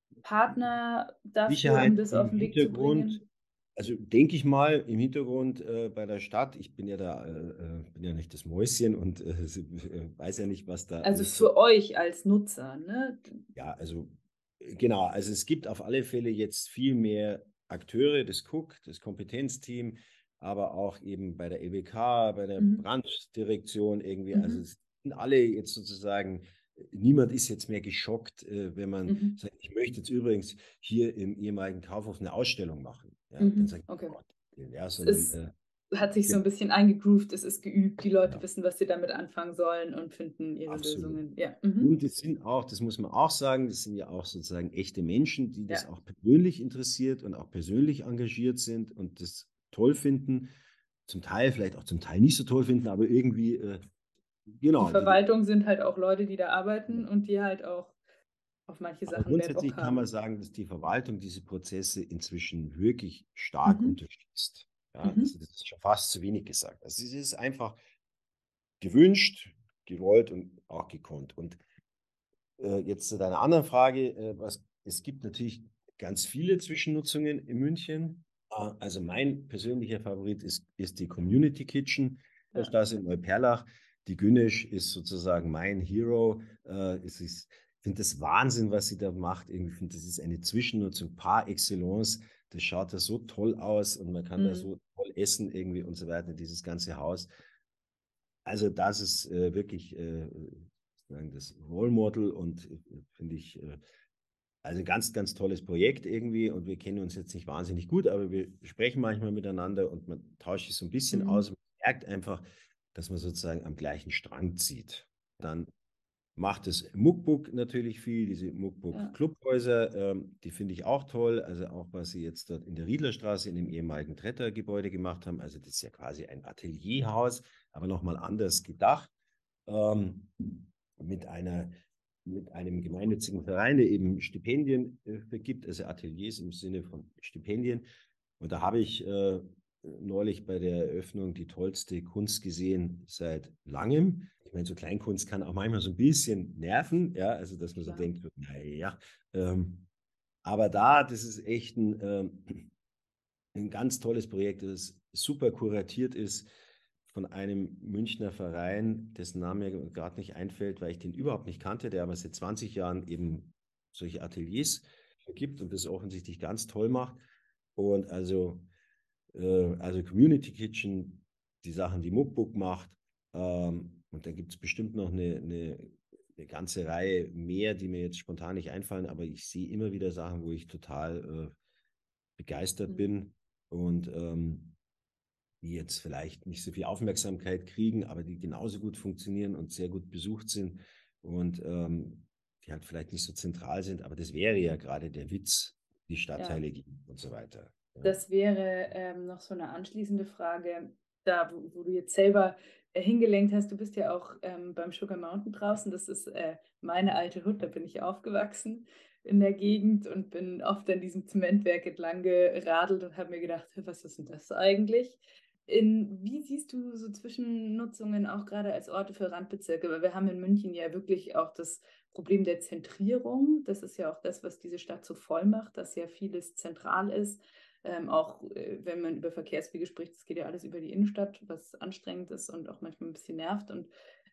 Partner dafür, um Sicherheit das auf im den Weg zu Hintergrund, bringen? also denke ich mal im Hintergrund äh, bei der Stadt, ich bin ja da, äh, äh, bin ja nicht das Mäuschen und äh, äh, weiß ja nicht, was da Also alles so. für euch als Nutzer, ne? Ja, also äh, genau, also es gibt auf alle Fälle jetzt viel mehr Akteure, das Cook, das Kompetenzteam, aber auch eben bei der E W K, bei der Mhm. Branddirektion irgendwie, also Mhm. es sind alle jetzt sozusagen, niemand ist jetzt mehr geschockt, äh, wenn man Mhm. sagt, ich möchte jetzt übrigens hier im ehemaligen Kaufhof eine Ausstellung machen. Ja, dann Mhm. sage ich, Okay. oh Gott, ja, Es sondern ist, äh, hat sich so ein genau, bisschen eingegroovt, es ist geübt, die Leute genau, wissen, was sie damit anfangen sollen und finden ihre absolut. Lösungen. Ja. Mhm. Und es sind auch, das muss man auch sagen, das sind ja auch sozusagen echte Menschen, die das Ja. auch persönlich interessiert und auch persönlich engagiert sind und das toll finden. Zum Teil, vielleicht auch zum Teil nicht so toll finden, aber irgendwie, äh, Die genau. Die, Verwaltung sind halt auch Leute, die da arbeiten und die halt auch auf manche aber Sachen mehr Bock grundsätzlich kann man haben. sagen, dass die Verwaltung diese Prozesse inzwischen wirklich stark Mhm. unterstützt. Ja, Mhm. also das ist schon fast zu wenig gesagt. Also es ist einfach gewünscht, gewollt und auch gekonnt. Und Äh, jetzt zu deiner anderen Frage, äh, was, es gibt natürlich ganz viele Zwischennutzungen in München. Äh, also mein persönlicher Favorit ist, ist die Community Kitchen, äh, Ja. Straße in Neuperlach. Die Günesch ist sozusagen mein Hero. Äh, es ist, ich finde das Wahnsinn, was sie da macht. Irgendwie finde, das ist eine Zwischennutzung par excellence. Das schaut da so toll aus und man kann da Mhm. so toll essen irgendwie und so weiter, dieses ganze Haus. Also das ist äh, wirklich äh, sozusagen das Role Model und äh, finde ich äh, also ein ganz, ganz tolles Projekt irgendwie und wir kennen uns jetzt nicht wahnsinnig gut, aber wir sprechen manchmal miteinander und man tauscht sich so ein bisschen aus Mhm. und man merkt einfach, dass man sozusagen am gleichen Strang zieht. Dann macht das Muckbook natürlich viel, diese Ja. Muckbook-Clubhäuser, ähm, die finde ich auch toll. Also auch, was sie jetzt dort in der Riedlerstraße in dem ehemaligen Tretter-Gebäude gemacht haben. Also das ist ja quasi ein Atelierhaus, aber nochmal anders gedacht. Ähm, mit einer, mit einem gemeinnützigen Verein, der eben Stipendien äh, vergibt, also Ateliers im Sinne von Stipendien. Und da habe ich äh, neulich bei der Eröffnung die tollste Kunst gesehen seit langem. Ich meine, so Kleinkunst kann auch manchmal so ein bisschen nerven, ja, also dass man so Klar. denkt, naja, ähm, aber da, das ist echt ein, ähm, ein ganz tolles Projekt, das super kuratiert ist von einem Münchner Verein, dessen Name mir gerade nicht einfällt, weil ich den überhaupt nicht kannte, der aber seit zwanzig Jahren eben solche Ateliers gibt und das offensichtlich ganz toll macht. Und also, äh, also Community Kitchen, die Sachen, die Muckbook macht. Ähm, und da gibt es bestimmt noch eine, eine, eine ganze Reihe mehr, die mir jetzt spontan nicht einfallen, aber ich sehe immer wieder Sachen, wo ich total äh, begeistert Mhm. bin und ähm, die jetzt vielleicht nicht so viel Aufmerksamkeit kriegen, aber die genauso gut funktionieren und sehr gut besucht sind und ähm, die halt vielleicht nicht so zentral sind, aber das wäre ja gerade der Witz, die Ja. Stadtteile geben und so weiter. Ja. Das wäre ähm, noch so eine anschließende Frage, da wo, wo du jetzt selber äh, hingelenkt hast. Du bist ja auch ähm, beim Sugar Mountain draußen. Das ist äh, meine alte Hut, da bin ich aufgewachsen in der Gegend und bin oft an diesem Zementwerk entlang geradelt und habe mir gedacht, was ist denn das eigentlich? In, wie siehst du so Zwischennutzungen auch gerade als Orte für Randbezirke? Weil wir haben in München ja wirklich auch das Problem der Zentrierung. Das ist ja auch das, was diese Stadt so voll macht, dass ja vieles zentral ist. Ähm, auch äh, wenn man über Verkehrswege spricht, das geht ja alles über die Innenstadt, was anstrengend ist und auch manchmal ein bisschen nervt. Und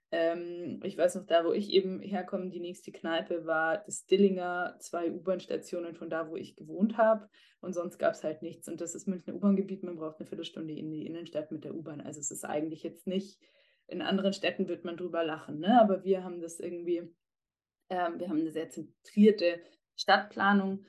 ähm, ich weiß noch, da wo ich eben herkomme, die nächste Kneipe war das Dillinger, zwei U-Bahn-Stationen von da, wo ich gewohnt habe. Und sonst gab es halt nichts. Und das ist Münchner U-Bahn-Gebiet, man braucht eine Viertelstunde in die Innenstadt mit der U-Bahn. Also es ist eigentlich jetzt nicht, in anderen Städten wird man drüber lachen, ne? Aber wir haben das irgendwie, ähm, wir haben eine sehr zentrierte Stadtplanung.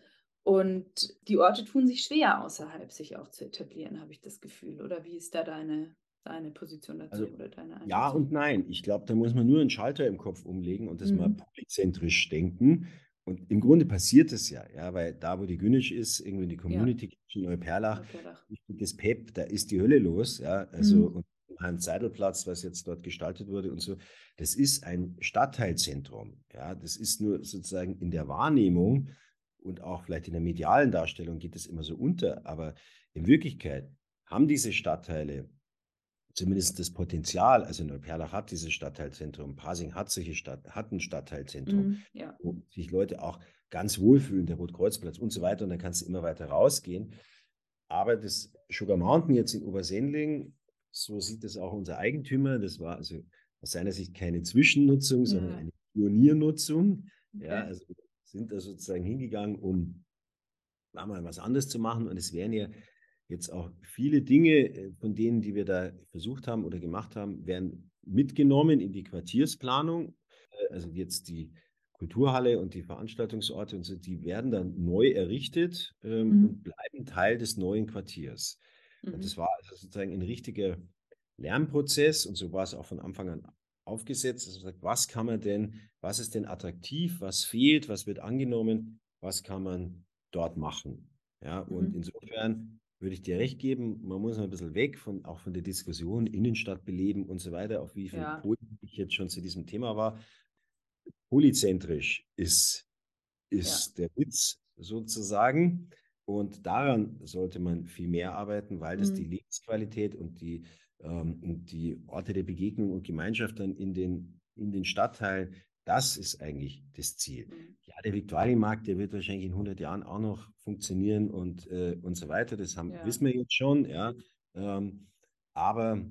Und die Orte tun sich schwer, außerhalb sich auch zu etablieren, habe ich das Gefühl. Oder wie ist da deine, deine Position dazu Also oder deine ja und Einschätzung? nein. Ich glaube, da muss man nur einen Schalter im Kopf umlegen und das mal Mhm. polyzentrisch denken. und im Grunde passiert es ja, ja, weil da, wo die Günnisch ist, irgendwie die Ja, Community in Neuperlach, Neuperlach. das Pep, da ist die Hölle los, ja, also Mhm. und am Seidelplatz, was jetzt dort gestaltet wurde und so, das ist ein Stadtteilzentrum, ja, das ist nur sozusagen in der Wahrnehmung und auch vielleicht in der medialen Darstellung geht es immer so unter, aber in Wirklichkeit haben diese Stadtteile zumindest das Potenzial, also Neuperlach hat dieses Stadtteilzentrum, Pasing hat, solche Stadt, hat ein Stadtteilzentrum, Mhm. Ja. wo sich Leute auch ganz wohlfühlen, der Rotkreuzplatz und so weiter, und dann kannst du immer weiter rausgehen. Aber das Sugar Mountain jetzt in Obersendling, so sieht es auch unser Eigentümer, das war also aus seiner Sicht keine Zwischennutzung, sondern Ja. eine Pioniernutzung. Ja, Okay. also sind da sozusagen hingegangen, um mal was anderes zu machen. Und es wären ja jetzt auch viele Dinge von denen, die wir da versucht haben oder gemacht haben, werden mitgenommen in die Quartiersplanung. Also jetzt die Kulturhalle und die Veranstaltungsorte und so, die werden dann neu errichtet ähm, Mhm. und bleiben Teil des neuen Quartiers. Und Mhm. das war also sozusagen ein richtiger Lernprozess und so war es auch von Anfang an aufgesetzt. Also sagt, was kann man denn, was ist denn attraktiv, was fehlt, was wird angenommen, was kann man dort machen. Ja, und Mhm. insofern würde ich dir recht geben, man muss mal ein bisschen weg von, auch von der Diskussion, Innenstadt beleben und so weiter, auf wie viel Ja. Polen ich jetzt schon zu diesem Thema war. Polyzentrisch ist, Ja. ist der Witz sozusagen. Und daran sollte man viel mehr arbeiten, weil das die Mhm. Lebensqualität und die, ähm, und die Orte der Begegnung und Gemeinschaft dann in den, in den Stadtteilen, das ist eigentlich das Ziel. Mhm. Ja, der Viktualienmarkt, der wird wahrscheinlich in hundert Jahren auch noch funktionieren und, äh, und so weiter. Das haben, Ja. wissen wir jetzt schon, ja. Ähm, aber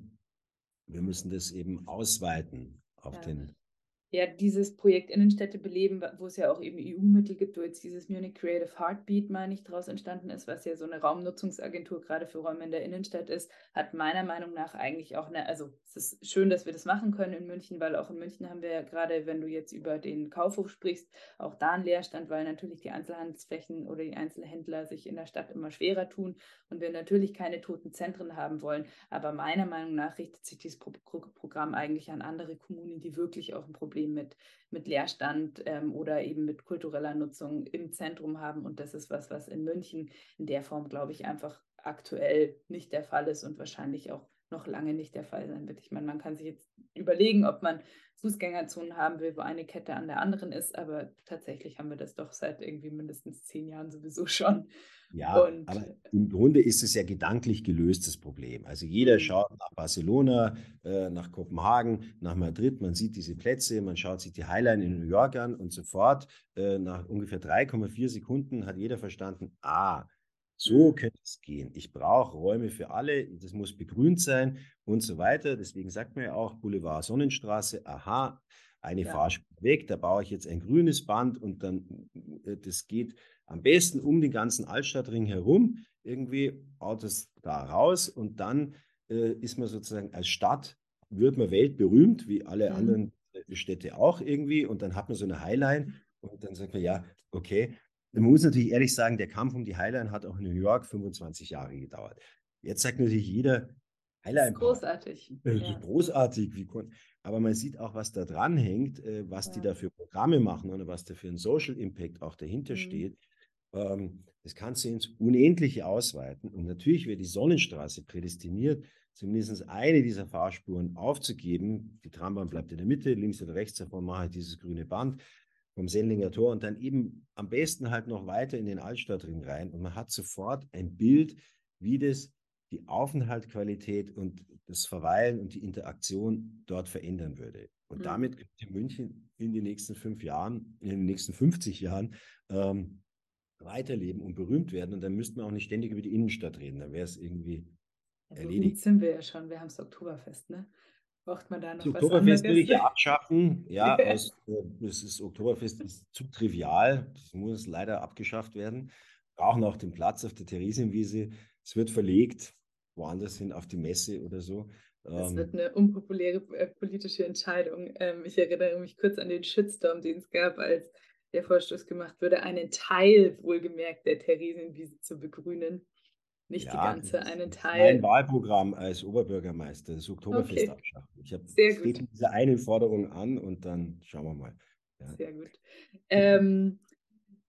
wir müssen das eben ausweiten auf Ja. den. Ja, dieses Projekt Innenstädte beleben, wo es ja auch eben E U-Mittel gibt, wo jetzt dieses Munich Creative Heartbeat, meine ich, daraus entstanden ist, was ja so eine Raumnutzungsagentur gerade für Räume in der Innenstadt ist, hat meiner Meinung nach eigentlich auch eine, also es ist schön, dass wir das machen können in München, weil auch in München haben wir ja gerade, wenn du jetzt über den Kaufhof sprichst, auch da einen Leerstand, weil natürlich die Einzelhandelsflächen oder die Einzelhändler sich in der Stadt immer schwerer tun und wir natürlich keine toten Zentren haben wollen. Aber meiner Meinung nach richtet sich dieses Pro Pro Programm eigentlich an andere Kommunen, die wirklich auch ein Problem mit, mit Leerstand ähm, oder eben mit kultureller Nutzung im Zentrum haben. Und das ist was, was in München in der Form, glaube ich, einfach aktuell nicht der Fall ist und wahrscheinlich auch noch lange nicht der Fall sein wird. Ich meine, man kann sich jetzt überlegen, ob man Fußgängerzonen haben will, wo eine Kette an der anderen ist, aber tatsächlich haben wir das doch seit irgendwie mindestens zehn Jahren sowieso schon. Ja, Und aber im Grunde ist es ja gedanklich gelöst, das Problem. Also jeder mh, schaut nach Barcelona, äh, nach Kopenhagen, nach Madrid, man sieht diese Plätze, man schaut sich die Highline in New York an und sofort äh, nach ungefähr drei Komma vier Sekunden hat jeder verstanden, ah, so mh, könnte es gehen. Ich brauche Räume für alle, das muss begrünt sein und so weiter. Deswegen sagt man ja auch Boulevard Sonnenstraße, aha, eine ja, Fahrspur weg, da baue ich jetzt ein grünes Band und dann, äh, das geht am besten um den ganzen Altstadtring herum, irgendwie Autos da raus und dann äh, ist man sozusagen als Stadt, wird man weltberühmt, wie alle mh, anderen Städte auch irgendwie und dann hat man so eine Highline und dann sagt man, ja, okay. Man muss natürlich ehrlich sagen, der Kampf um die Highline hat auch in New York fünfundzwanzig Jahre gedauert. Jetzt sagt natürlich jeder, das ist Highline Park, großartig. das ist Ja, großartig, wie aber man sieht auch, was da dran hängt, äh, was die ja. da für Programme machen und was da für ein Social Impact auch dahinter Mh, steht. Ähm, das kannst du ins Unendliche ausweiten. Und natürlich wäre die Sonnenstraße prädestiniert, zumindest eine dieser Fahrspuren aufzugeben. Die Trambahn bleibt in der Mitte, links oder rechts davon mache ich dieses grüne Band vom Sendlinger Tor und dann eben am besten halt noch weiter in den Altstadtring rein. Und man hat sofort ein Bild, wie das die Aufenthaltsqualität und das Verweilen und die Interaktion dort verändern würde. Und mh. damit könnte München in den nächsten fünf Jahren, in den nächsten fünfzig Jahren ähm, weiterleben und berühmt werden. Und dann müssten wir auch nicht ständig über die Innenstadt reden. Dann wäre es irgendwie Ja, berühmt erledigt. sind wir ja schon. Wir haben das Oktoberfest, ne? Braucht man da Das noch was Oktoberfest würde anderes? ich ja abschaffen. Ja, aus, äh, das ist, Oktoberfest ist zu trivial. Das muss leider abgeschafft werden. Wir brauchen auch den Platz auf der Theresienwiese. Es wird verlegt, woanders hin auf die Messe oder so. Das wird Ähm, eine unpopuläre äh, politische Entscheidung. Ähm, ich erinnere mich kurz an den Shitstorm, den es gab, als der Vorstoß gemacht wurde, einen Teil, wohlgemerkt, der Theresienwiese zu begrünen. Nicht die ja, das ganze, ist, einen das ist mein Teil. Wahlprogramm als Oberbürgermeister, das Oktoberfest Okay, abschaffen. Ich habe sehr stehe gut. mit dieser einen Forderung an und dann schauen wir mal. Ja. Sehr gut. Ähm,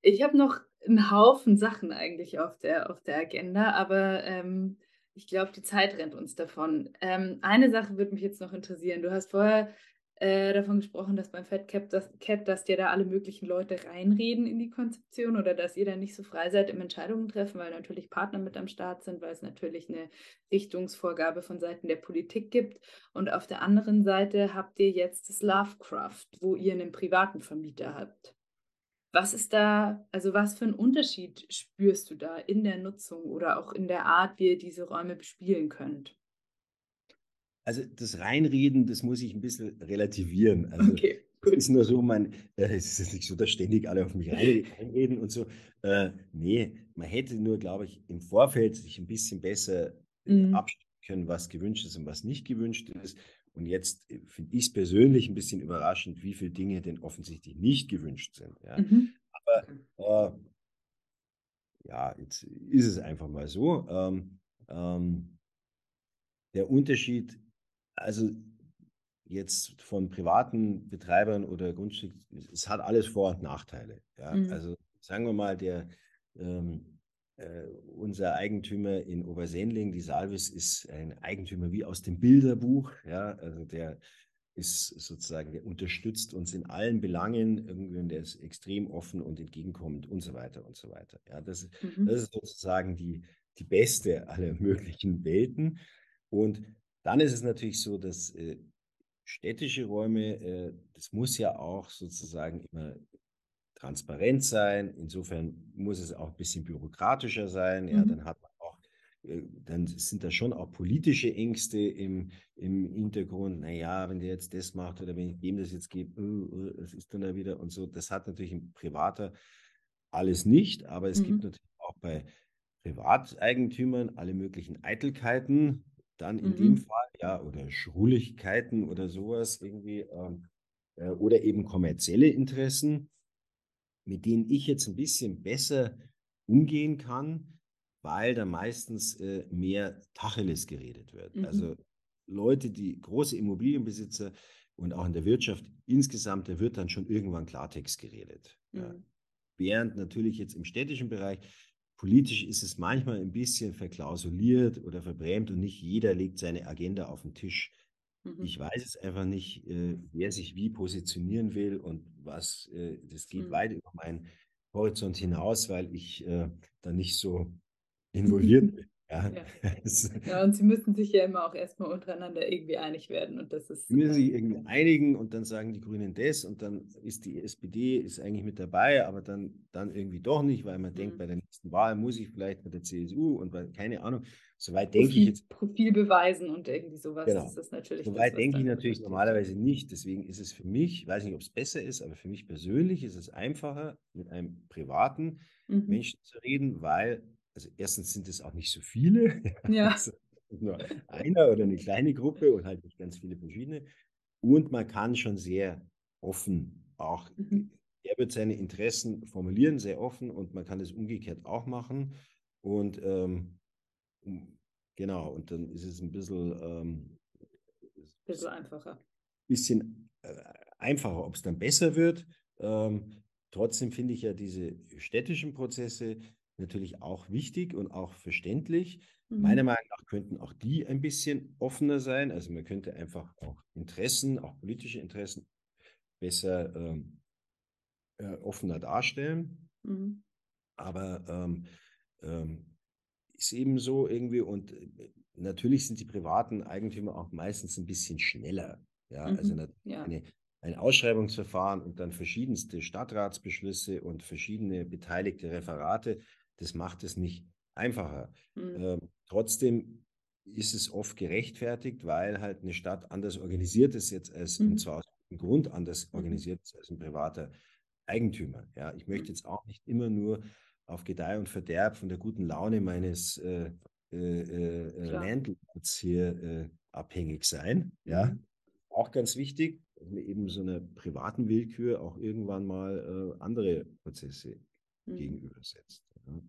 Ich habe noch einen Haufen Sachen eigentlich auf der auf der Agenda, aber, ähm, ich glaube, die Zeit rennt uns davon. Ähm, eine Sache würde mich jetzt noch interessieren. Du hast vorher, äh, davon gesprochen, dass beim Fat Cap das Cat, dass dir da alle möglichen Leute reinreden in die Konzeption oder dass ihr da nicht so frei seid im Entscheidungen treffen, weil natürlich Partner mit am Start sind, weil es natürlich eine Richtungsvorgabe von Seiten der Politik gibt. Und auf der anderen Seite habt ihr jetzt das Lovecraft, wo ihr einen privaten Vermieter habt. Was ist da also, was für 'n Unterschied spürst du da in der Nutzung oder auch in der Art, wie ihr diese Räume bespielen könnt? Also, das Reinreden, das muss ich ein bisschen relativieren. Also, Okay, es gut. ist nur so, man äh, es ist jetzt nicht so, dass ständig alle auf mich rein einreden und so. Äh, ne, man hätte nur, glaube ich, im Vorfeld sich ein bisschen besser, äh, Mhm. abstimmen können, was gewünscht ist und was nicht gewünscht ist. Und jetzt, äh, finde ich's persönlich ein bisschen überraschend, wie viele Dinge denn offensichtlich nicht gewünscht sind, ja. Mhm. Aber, Okay. äh, ja, jetzt ist es einfach mal so. Ähm, ähm Der Unterschied, also jetzt von privaten Betreibern oder Grundstück, es hat alles Vor- und Nachteile. Ja, Mhm. also sagen wir mal, der, ähm, äh, unser Eigentümer in Obersendling, die Salvis, ist ein Eigentümer wie aus dem Bilderbuch. Ja, also der ist sozusagen, der unterstützt uns in allen Belangen irgendwie und der ist extrem offen und entgegenkommend und so weiter und so weiter. Ja, das, Mhm. das ist sozusagen die, die beste aller möglichen Welten. Und dann ist es natürlich so, dass äh, städtische Räume, äh, das muss ja auch sozusagen immer transparent sein. Insofern muss es auch ein bisschen bürokratischer sein. Ja, Mhm. dann hat man auch, äh, dann sind da schon auch politische Ängste im, im Hintergrund. Naja, wenn der jetzt das macht oder wenn ich dem das jetzt gebe, uh, uh, was ist dann da wieder und so. Das hat natürlich ein Privater alles nicht, aber es gibt Mhm. natürlich auch bei Privateigentümern alle möglichen Eitelkeiten, dann in dem Mhm. Fall, ja, oder Schrulligkeiten oder sowas irgendwie, ähm, äh, oder eben kommerzielle Interessen, mit denen ich jetzt ein bisschen besser umgehen kann, weil da meistens äh, mehr Tacheles geredet wird. Mhm. Also Leute, die große Immobilienbesitzer und auch in der Wirtschaft insgesamt, da wird dann schon irgendwann Klartext geredet. Ja. Mhm. Während natürlich jetzt im städtischen Bereich politisch ist es manchmal ein bisschen verklausuliert oder verbrämt und nicht jeder legt seine Agenda auf den Tisch. Mhm. Ich weiß es einfach nicht, äh, wer sich wie positionieren will und was, äh, das geht Mhm. weit über meinen Horizont hinaus, weil ich äh, da nicht so involviert bin. Ja. Ja. Es- Ja, und sie müssen sich ja immer auch erst mal untereinander irgendwie einig werden und das Die ist, müssen sich ähm irgendwie einigen und dann sagen die Grünen das und dann ist die S P D ist eigentlich mit dabei, aber dann, dann irgendwie doch nicht, weil man denkt, mhm. bei der nächsten Wahl muss ich vielleicht mit der C S U und weil, keine Ahnung, soweit denke ich Profil jetzt. Profil beweisen und irgendwie so was. Das Genau. ist natürlich das, Soweit was denke ich dann natürlich bevorsteht. normalerweise nicht. Deswegen ist es für mich, ich weiß nicht, ob es besser ist, aber für mich persönlich ist es einfacher, mit einem privaten Mhm. Menschen zu reden, weil, also erstens sind es auch nicht so viele, Ja. also nur einer oder eine kleine Gruppe und halt nicht ganz viele verschiedene. Und man kann schon sehr offen auch, Mhm. er wird seine Interessen formulieren, sehr offen und man kann es umgekehrt auch machen. Und ähm, genau, und dann ist es ein bisschen, ähm, Bisschen einfacher. bisschen äh, einfacher, ob es dann besser wird. Ähm, trotzdem finde ich ja diese städtischen Prozesse natürlich auch wichtig und auch verständlich. Meiner Mhm. Meinung nach könnten auch die ein bisschen offener sein. Also man könnte einfach auch Interessen, auch politische Interessen besser ähm, äh, offener darstellen. Mhm. Aber ähm, ähm, ist eben so irgendwie und äh, natürlich sind die privaten Eigentümer auch meistens ein bisschen schneller. Ja, also Mhm. nat- Ja. eine, ein Ausschreibungsverfahren und dann verschiedenste Stadtratsbeschlüsse und verschiedene beteiligte Referate, das macht es nicht einfacher. Mhm. Ähm, trotzdem ist es oft gerechtfertigt, weil halt eine Stadt anders organisiert ist jetzt als, und Mhm. zwar aus gutem Grund anders Mhm. organisiert ist als ein privater Eigentümer. Ja, ich möchte Mhm. jetzt auch nicht immer nur auf Gedeih und Verderb von der guten Laune meines äh, äh, äh, Klar. Landlords hier äh, abhängig sein. Ja, Mhm. auch ganz wichtig, dass man eben so einer privaten Willkür auch irgendwann mal äh, andere Prozesse Mhm. gegenübersetzt. Ja.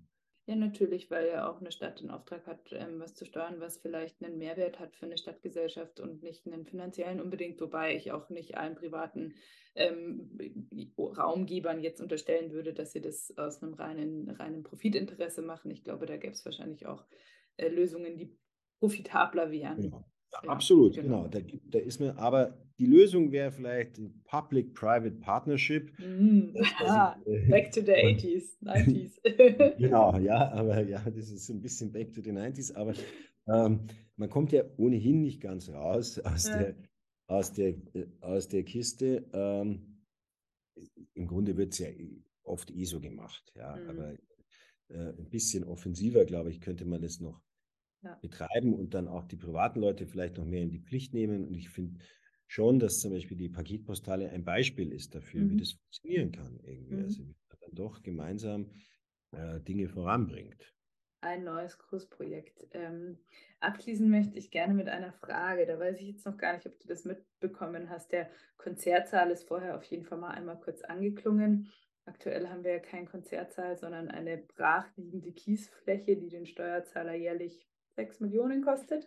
Ja, natürlich, weil ja auch eine Stadt den Auftrag hat, ähm, was zu steuern, was vielleicht einen Mehrwert hat für eine Stadtgesellschaft und nicht einen finanziellen unbedingt, wobei ich auch nicht allen privaten ähm, Raumgebern jetzt unterstellen würde, dass sie das aus einem reinen, reinen Profitinteresse machen. Ich glaube, da gäbe es wahrscheinlich auch äh, Lösungen, die profitabler wären. Genau. Ja, Ja, absolut, genau. genau. Da, gibt- da ist mir, aber die Lösung wäre vielleicht ein Public-Private Partnership, Mm, dass man sich, aha, äh, back to the und, eighties, nineties. genau, ja, aber ja, das ist ein bisschen back to the nineties, aber ähm, man kommt ja ohnehin nicht ganz raus aus Ja. der, aus der, äh, aus der Kiste. Ähm, im Grunde wird es ja oft eh so gemacht, ja, Mm, aber äh, ein bisschen offensiver, glaube ich, könnte man das noch ja. betreiben und dann auch die privaten Leute vielleicht noch mehr in die Pflicht nehmen. Und ich finde schon, dass zum Beispiel die Paketpostale ein Beispiel ist dafür, wie Mhm. das funktionieren kann irgendwie. Mhm. Also wie man dann doch gemeinsam äh, Dinge voranbringt. Ein neues Großprojekt. Ähm, abschließen möchte ich gerne mit einer Frage. Da weiß ich jetzt noch gar nicht, ob du das mitbekommen hast. Der Konzertsaal ist vorher auf jeden Fall mal einmal kurz angeklungen. Aktuell haben wir ja keinen Konzertsaal, sondern eine brachliegende Kiesfläche, die den Steuerzahler jährlich sechs Millionen kostet.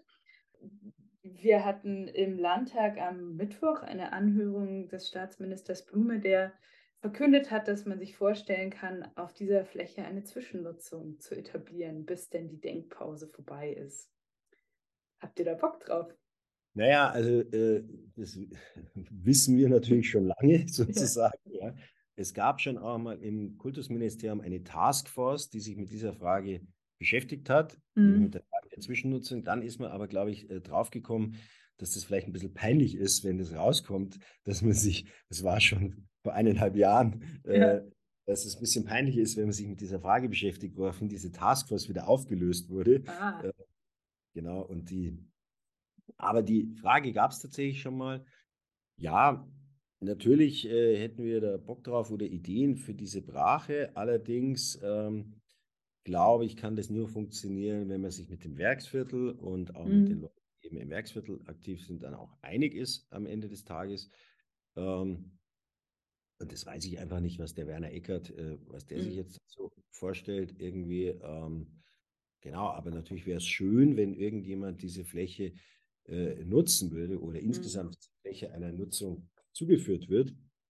Wir hatten im Landtag am Mittwoch eine Anhörung des Staatsministers Blume, der verkündet hat, dass man sich vorstellen kann, auf dieser Fläche eine Zwischennutzung zu etablieren, bis denn die Denkpause vorbei ist. Habt ihr da Bock drauf? Naja, also äh, das wissen wir natürlich schon lange Ja. sozusagen. Ja. Es gab schon auch mal im Kultusministerium eine Taskforce, die sich mit dieser Frage beschäftigt hat, nämlich mit Mhm. der Frage der Zwischennutzung. Dann ist man aber, glaube ich, äh, draufgekommen, dass das vielleicht ein bisschen peinlich ist, wenn das rauskommt, dass man sich, das war schon vor eineinhalb Jahren, äh, Ja. dass es ein bisschen peinlich ist, wenn man sich mit dieser Frage beschäftigt, woraufhin diese Taskforce wieder aufgelöst wurde. Ah. Äh, genau, und die aber die Frage gab es tatsächlich schon mal. Ja, natürlich äh, hätten wir da Bock drauf oder Ideen für diese Brache. Allerdings ähm, glaube ich, kann das nur funktionieren, wenn man sich mit dem Werksviertel und auch mit den Mhm. Leuten, die eben im Werksviertel aktiv sind, dann auch einig ist am Ende des Tages. Ähm, und das weiß ich einfach nicht, was der Werner Eckert, äh, was der sich Mhm. jetzt so vorstellt irgendwie. Ähm, genau, aber natürlich wäre es schön, wenn irgendjemand diese Fläche äh, nutzen würde oder Mhm. insgesamt die Fläche einer Nutzung zugeführt wird.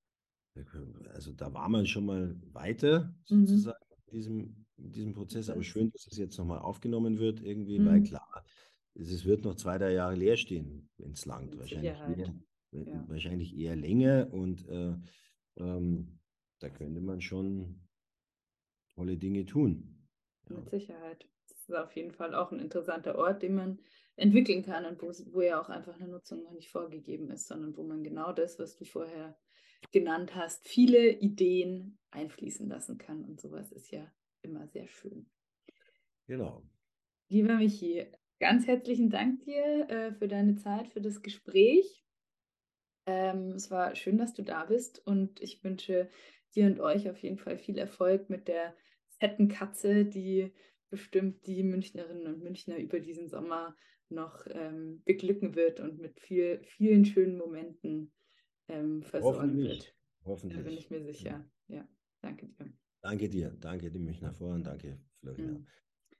Also da war man schon mal weiter Mhm. sozusagen in diesem, in diesem Prozess, aber Das, schön, dass es jetzt nochmal aufgenommen wird irgendwie, weil mhm. klar, es es wird noch zwei, drei Jahre leer stehen, wenn es langt. Mit Wahrscheinlich Sicherheit. eher, Ja. wahrscheinlich eher länger und äh, ähm, da könnte man schon tolle Dinge tun. Ja, Mit Sicherheit. Das ist auf jeden Fall auch ein interessanter Ort, den man entwickeln kann und wo, wo ja auch einfach eine Nutzung noch nicht vorgegeben ist, sondern wo man genau das, was du vorher genannt hast, viele Ideen einfließen lassen kann. Und sowas ist ja immer sehr schön. genau. Lieber Michi, ganz herzlichen Dank dir äh, für deine Zeit, für das Gespräch. Ähm, es war schön, dass du da bist und ich wünsche dir und euch auf jeden Fall viel Erfolg mit der fetten Katze, die bestimmt die Münchnerinnen und Münchner über diesen Sommer noch ähm, beglücken wird und mit viel, vielen schönen Momenten ähm, versorgen Hoffentlich. wird. Da bin Hoffentlich. ich mir Genau. sicher. Ja, danke dir. Danke dir. Danke, die Münchner Vor und danke, Florina. Mhm.